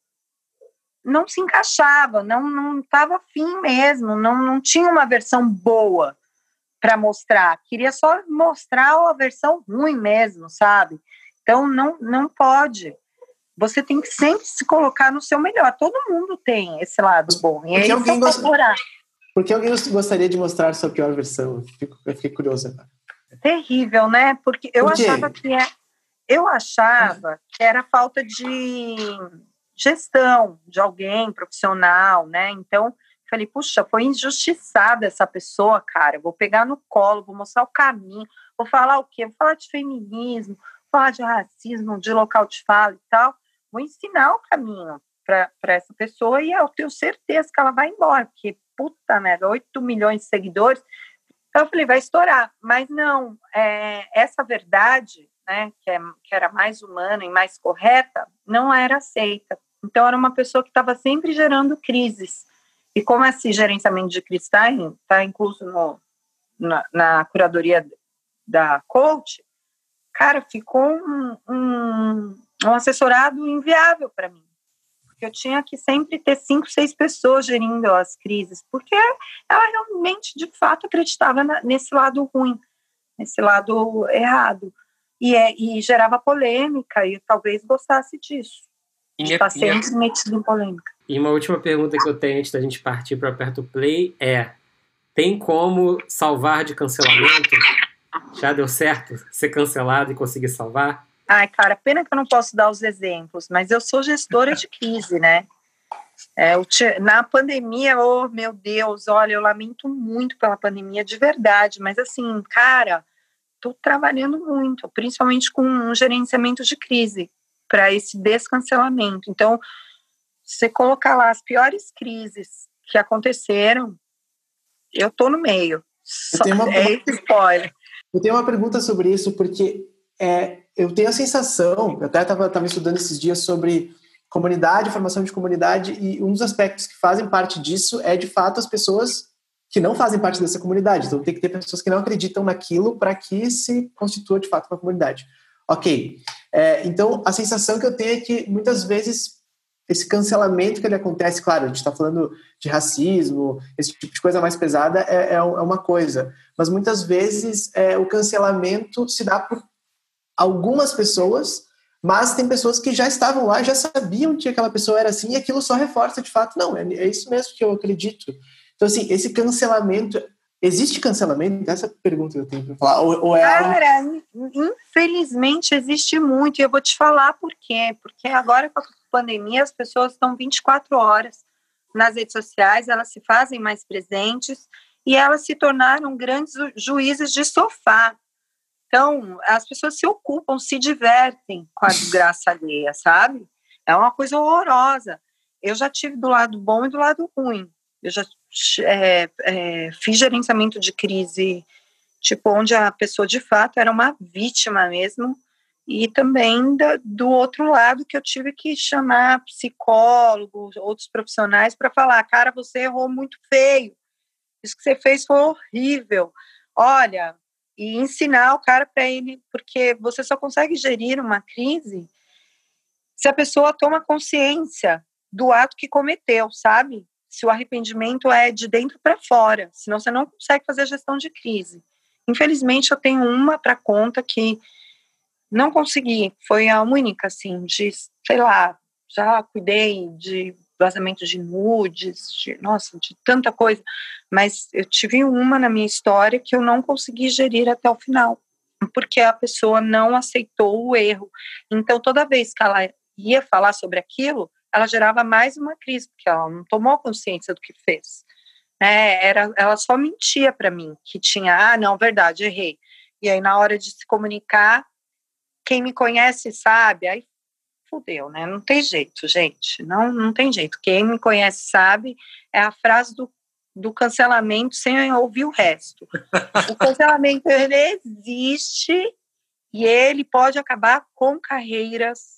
não se encaixava, não não estava afim mesmo, não, não tinha uma versão boa para mostrar, queria só mostrar a versão ruim mesmo, sabe? Então não, não pode. Você tem que sempre se colocar no seu melhor. Todo mundo tem esse lado bom. E porque, aí alguém gost... porque alguém gostaria de mostrar a sua pior versão? Eu, fico, eu fiquei curiosa. Terrível, né? Porque eu Por achava que é Eu achava que era falta de gestão de alguém profissional, né? Então, falei, puxa, foi injustiçada essa pessoa, cara. Vou pegar no colo, vou mostrar o caminho, vou falar o quê? Vou falar de feminismo, vou falar de racismo, de local de fala e tal. Vou ensinar o caminho para essa pessoa e eu tenho certeza que ela vai embora, porque, puta merda, oito milhões de seguidores. Então, eu falei, vai estourar. Mas não, é, essa verdade... Né, que, é, que era mais humana e mais correta, não era aceita. Então, era uma pessoa que estava sempre gerando crises. E como esse gerenciamento de crise está tá incluso no, na, na curadoria da coach, cara, ficou um, um, um assessorado inviável para mim. Porque eu tinha que sempre ter cinco, seis pessoas gerindo as crises, porque ela realmente, de fato, acreditava na, nesse lado ruim, nesse lado errado. E, é, e gerava polêmica, e talvez gostasse disso. E está sempre minha... metido em polêmica. E uma última pergunta que eu tenho antes da gente partir para Aperto Play é: tem como salvar de cancelamento? Já deu certo ser cancelado e conseguir salvar? Ai, cara, pena que eu não posso dar os exemplos, mas eu sou gestora de crise, né? É, te... Na pandemia, oh meu Deus, olha, eu lamento muito pela pandemia, de verdade, mas assim, cara... Estou trabalhando muito, principalmente com um gerenciamento de crise, para esse descancelamento. Então, você colocar lá as piores crises que aconteceram, eu estou no meio. Só, uma, é esse spoiler. Eu tenho uma pergunta sobre isso, porque é, eu tenho a sensação, eu até estava estudando esses dias sobre comunidade, formação de comunidade, e um dos aspectos que fazem parte disso é, de fato, as pessoas... que não fazem parte dessa comunidade. Então, tem que ter pessoas que não acreditam naquilo para que se constitua, de fato, uma comunidade. Ok. É, então, a sensação que eu tenho é que, muitas vezes, esse cancelamento que ele acontece, claro, a gente está falando de racismo, esse tipo de coisa mais pesada é, é uma coisa. Mas, muitas vezes, é, o cancelamento se dá por algumas pessoas, mas tem pessoas que já estavam lá, já sabiam que aquela pessoa era assim, e aquilo só reforça, de fato, não, é, é isso mesmo que eu acredito. Então, assim, esse cancelamento... Existe cancelamento? Essa é a pergunta que eu tenho para falar. Ou, ou é Cara, algo... infelizmente existe muito. E eu vou te falar por quê. Porque agora, com a pandemia, as pessoas estão vinte e quatro horas nas redes sociais, elas se fazem mais presentes e elas se tornaram grandes juízes de sofá. Então, as pessoas se ocupam, se divertem com a desgraça alheia, sabe? É uma coisa horrorosa. Eu já tive do lado bom e do lado ruim. Eu já é, é, fiz gerenciamento de crise, tipo, onde a pessoa de fato era uma vítima mesmo, e também da, do outro lado que eu tive que chamar psicólogos, outros profissionais para falar, cara, você errou muito feio, isso que você fez foi horrível, olha, e ensinar o cara para ele, porque você só consegue gerir uma crise se a pessoa toma consciência do ato que cometeu, sabe? Se o arrependimento é de dentro para fora, senão você não consegue fazer a gestão de crise. Infelizmente, eu tenho uma para conta que não consegui, foi a única, assim, de, sei lá, já cuidei de vazamento de nudes, de, nossa, de tanta coisa, mas eu tive uma na minha história que eu não consegui gerir até o final, porque a pessoa não aceitou o erro. Então, toda vez que ela ia falar sobre aquilo, ela gerava mais uma crise, porque ela não tomou consciência do que fez. É, era, ela só mentia para mim, que tinha, ah, não, verdade, errei. E aí, na hora de se comunicar, quem me conhece sabe, aí fudeu, né? Não tem jeito, gente, não, não tem jeito. Quem me conhece sabe, é a frase do, do cancelamento sem ouvir o resto. O cancelamento, ele existe e ele pode acabar com carreiras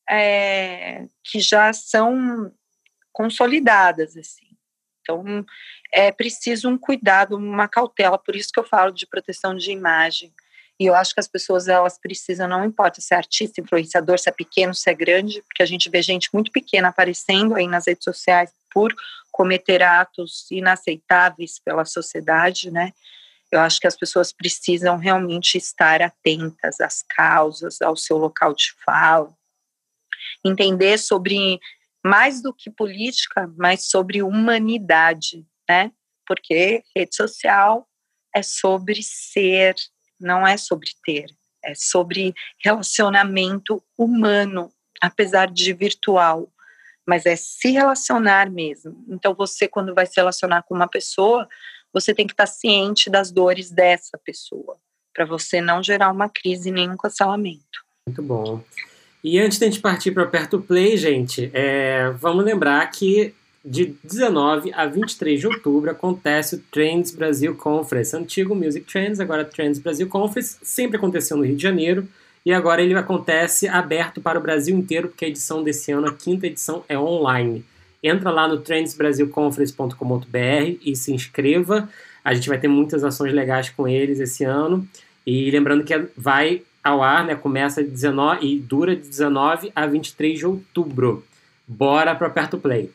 é, que já são consolidadas, assim. Então, é preciso um cuidado, uma cautela, por isso que eu falo de proteção de imagem. E eu acho que as pessoas, elas precisam, não importa se é artista, influenciador, se é pequeno, se é grande, porque a gente vê gente muito pequena aparecendo aí nas redes sociais por cometer atos inaceitáveis pela sociedade, né? Eu acho que as pessoas precisam realmente estar atentas às causas, ao seu local de fala, entender sobre, mais do que política, mas sobre humanidade, né? Porque rede social é sobre ser, não é sobre ter, é sobre relacionamento humano, apesar de virtual, mas é se relacionar mesmo. Então você, quando vai se relacionar com uma pessoa, você tem que estar ciente das dores dessa pessoa, para você não gerar uma crise nem um cancelamento. Muito bom. E antes de a gente partir para o Aperto Play, gente, é, vamos lembrar que de dezenove a vinte e três de outubro acontece o Trends Brasil Conference, antigo Music Trends, agora Trends Brasil Conference, sempre aconteceu no Rio de Janeiro, e agora ele acontece aberto para o Brasil inteiro, porque a edição desse ano, a quinta edição, é online. Entra lá no trends brasil conference ponto com ponto b r e se inscreva, a gente vai ter muitas ações legais com eles esse ano, e lembrando que vai ao ar, né, começa dezenove e dura de dezenove a vinte e três de outubro. Bora para o Aperto Play.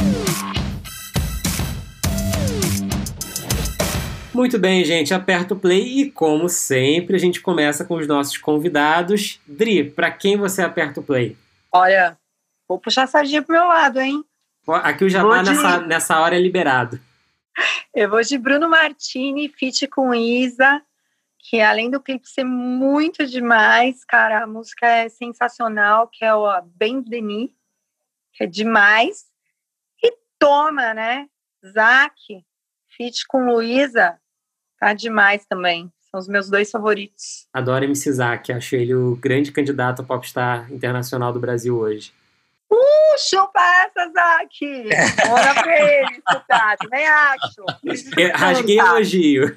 Muito bem, gente, aperta o play e, como sempre, a gente começa com os nossos convidados. Dri, para quem você aperta o play? Olha, vou puxar a sardinha pro meu lado, hein? Aqui o jabá de... nessa, nessa hora é liberado. Eu vou de Bruno Martini, feat com Isa, que além do clipe ser muito demais, cara, a música é sensacional, que é o Ben Denis, que é demais. E toma, né? Zac, feat com Luísa, tá demais também. São os meus dois favoritos. Adoro M C Zac, acho ele o grande candidato a popstar internacional do Brasil hoje. Uh, chupa essa, Zac! Bora pra ele, escutar, também acho. Rasguei elogio.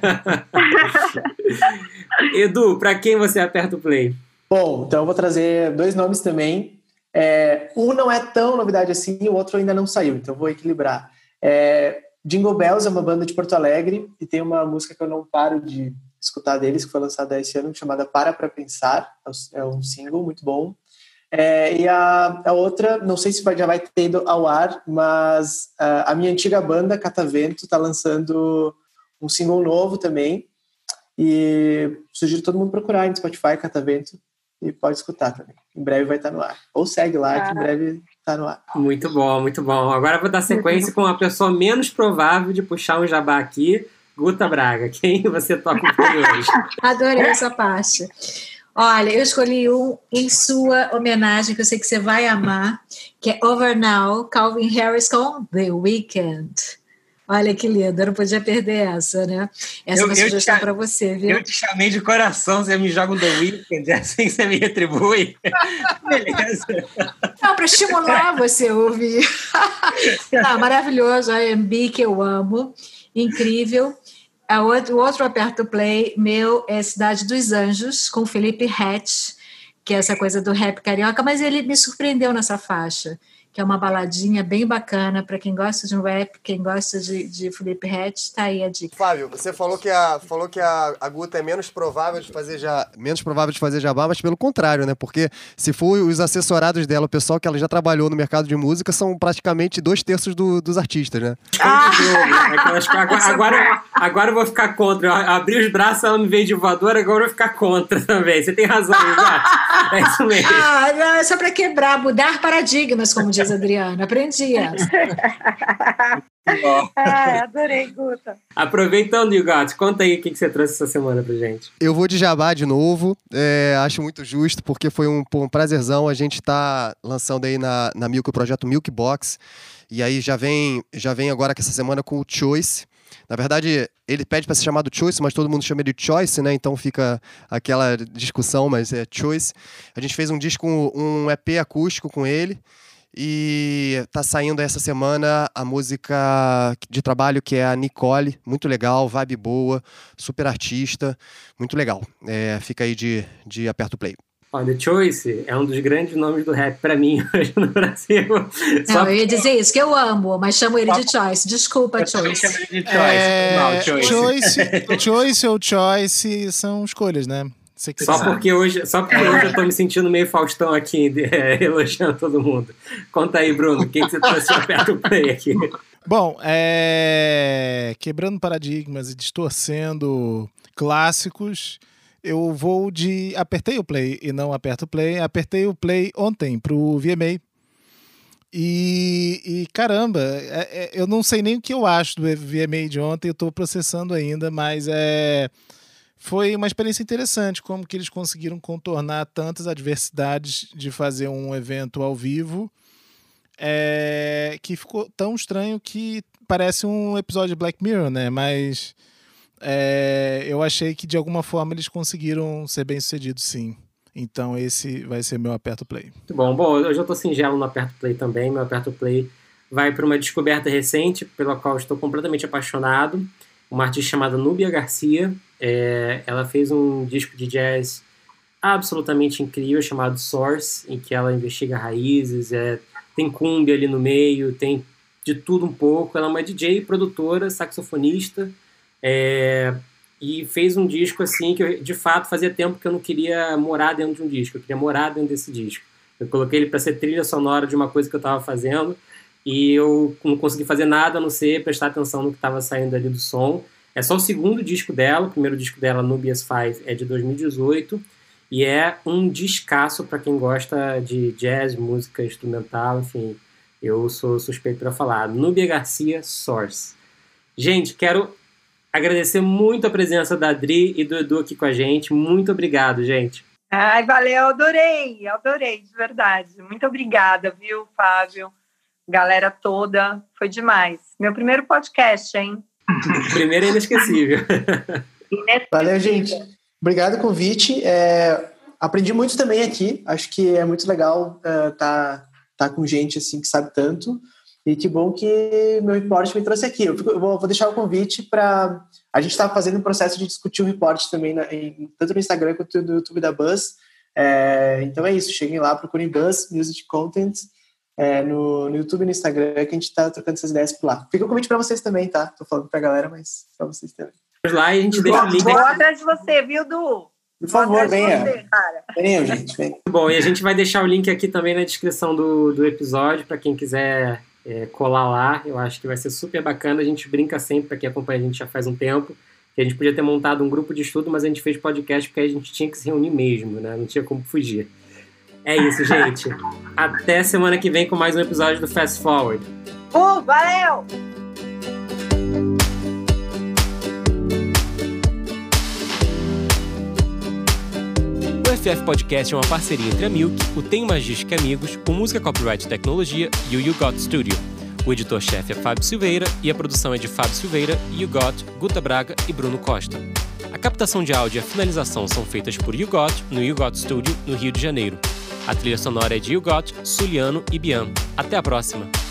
Edu, pra quem você aperta o play? Bom, então eu vou trazer dois nomes também. É, um não é tão novidade assim, o outro ainda não saiu, então eu vou equilibrar. É, Jingle Bells é uma banda de Porto Alegre e tem uma música que eu não paro de escutar deles, que foi lançada esse ano, chamada Para Pra Pensar. É um single muito bom. É, e a, a outra, não sei se vai, já vai ter ido ao ar, mas a, a minha antiga banda, Catavento, está lançando um single novo também. E sugiro todo mundo procurar no Spotify, Catavento, e pode escutar também. Em breve vai estar no ar. Ou segue lá, que em breve está no ar. Muito bom, muito bom. Agora eu vou dar sequência com a pessoa menos provável de puxar um jabá aqui, Guta Braga. Quem você toca com hoje? Adorei essa parte. Olha, eu escolhi um em sua homenagem, que eu sei que você vai amar, que é Over Now, Calvin Harris com The Weeknd. Olha que lindo, eu não podia perder essa, né? Essa eu, é uma sugestão para você, viu? Eu te chamei de coração, você me joga um The Weeknd, é assim que você me retribui. Beleza. Não, para estimular você a ouvir. Não, maravilhoso, a R and B que eu amo, incrível. A outro, o outro aperto play meu é Cidade dos Anjos, com Felipe Hatch, que é essa coisa do rap carioca, mas ele me surpreendeu nessa faixa, que é uma baladinha bem bacana para quem gosta de um rap, quem gosta de, de Felipe Hatch, tá aí a dica. Fábio, você falou que a, falou que a, a Guta é menos provável de fazer já, menos provável de fazer jabá, mas pelo contrário, né? Porque se for os assessorados dela, o pessoal que ela já trabalhou no mercado de música, são praticamente dois terços do, dos artistas, né? Ah! agora, agora, agora eu vou ficar contra. Eu abri os braços, ela me veio de voadora, agora eu vou ficar contra também. Você tem razão, Exato. É isso mesmo. Ah, não, é só para quebrar, mudar paradigmas, como diz Adriana, aprendi essa. Ai, adorei, Guta. Aproveitando, Hugot, conta aí o que, que você trouxe essa semana pra gente. Eu vou de jabá de novo, é, acho muito justo, porque foi um, um prazerzão. A gente tá lançando aí na, na Milk, o projeto Milk Box, e aí já vem, já vem agora que essa semana com o Choice. Na verdade, ele pede para ser chamado Choice, mas todo mundo chama ele de Choice, né? Então fica aquela discussão, mas é Choice. A gente fez um disco, um E P acústico com ele. E tá saindo essa semana a música de trabalho, que é a Nicole, muito legal, vibe boa, super artista, muito legal. É, fica aí de, de aperto play. Olha, Choice é um dos grandes nomes do rap pra mim hoje no Brasil. Não, Só eu ia dizer isso, que eu amo, mas chamo ele de Choice. Desculpa, eu Choice. Chamo ele de Choice. É... Não, Choice. Choice. Choice ou Choice são escolhas, né? Só porque, hoje, só porque hoje eu tô me sentindo meio Faustão aqui, é, elogiando todo mundo. Conta aí, Bruno, o que, que você trouxe aperto o play aqui? Bom, é... quebrando paradigmas e distorcendo clássicos, eu vou de apertei o play e não aperto o play. Apertei o play ontem pro V M A. E, e caramba, é, é, eu não sei nem o que eu acho do V M A de ontem, eu tô processando ainda, mas é... foi uma experiência interessante, como que eles conseguiram contornar tantas adversidades de fazer um evento ao vivo, é, que ficou tão estranho que parece um episódio de Black Mirror, né? Mas é, eu achei que de alguma forma eles conseguiram ser bem-sucedidos, sim. Então esse vai ser meu aperto play. Muito bom. Bom, hoje eu estou singelo no aperto play também. Meu aperto play vai para uma descoberta recente, pela qual estou completamente apaixonado. Uma artista chamada Núbia Garcia. É, ela fez um disco de jazz absolutamente incrível chamado Source, em que ela investiga raízes, é, tem cumbia ali no meio, tem de tudo um pouco. Ela é uma D J, produtora, saxofonista, é, e fez um disco assim que eu, de fato fazia tempo que eu não queria morar dentro de um disco, eu queria morar dentro desse disco. Eu coloquei ele para ser trilha sonora de uma coisa que eu estava fazendo e eu não consegui fazer nada a não ser prestar atenção no que estava saindo ali do som. É só o segundo disco dela, o primeiro disco dela, Nubia's Five, é de dois mil e dezoito, e é um descasso para quem gosta de jazz, música instrumental, enfim, eu sou suspeito para falar. Núbia Garcia, Source. Gente, quero agradecer muito a presença da Adri e do Edu aqui com a gente. Muito obrigado, gente. Ai, valeu, adorei, adorei, de verdade. Muito obrigada, viu, Fábio? Galera toda, foi demais. Meu primeiro podcast, hein? Primeiro é inesquecível. Valeu, gente. Obrigado pelo convite. É, aprendi muito também aqui. Acho que é muito legal estar uh, tá, tá com gente assim que sabe tanto. E que bom que meu report me trouxe aqui. Eu, fico, eu vou, vou deixar o convite para... A gente está fazendo um processo de discutir o report também, na, em, tanto no Instagram quanto no YouTube da Buzz. É, então é isso. Cheguem lá, procurem Buzz Music Content é, no, no YouTube e no Instagram, que a gente está trocando essas ideias por lá. Fica o convite para vocês também, tá? Tô falando para a galera, mas para vocês também. Vamos lá e a gente deixa o link. Vou atrás de você, viu, Du? Por favor, venha. Você, venha, gente. Venha. Bom, e a gente vai deixar o link aqui também na descrição do, do episódio, para quem quiser... É, colar lá, eu acho que vai ser super bacana. A gente brinca sempre, para quem acompanha a gente já faz um tempo, que a gente podia ter montado um grupo de estudo, mas a gente fez podcast porque a gente tinha que se reunir mesmo, né? Não tinha como fugir. É isso, gente. Até semana que vem com mais um episódio do Fast Forward. Uh, valeu! We're F F Podcast é uma parceria entre a Milk, o Tem Magística Amigos, o Música Copyright e Tecnologia e o You Got Studio. O editor-chefe é Fábio Silveira e a produção é de Fábio Silveira, You Got, Guta Braga e Bruno Costa. A captação de áudio e a finalização são feitas por You Got, no You Got Studio, no Rio de Janeiro. A trilha sonora é de You Got, Suliano e Bian. Até a próxima!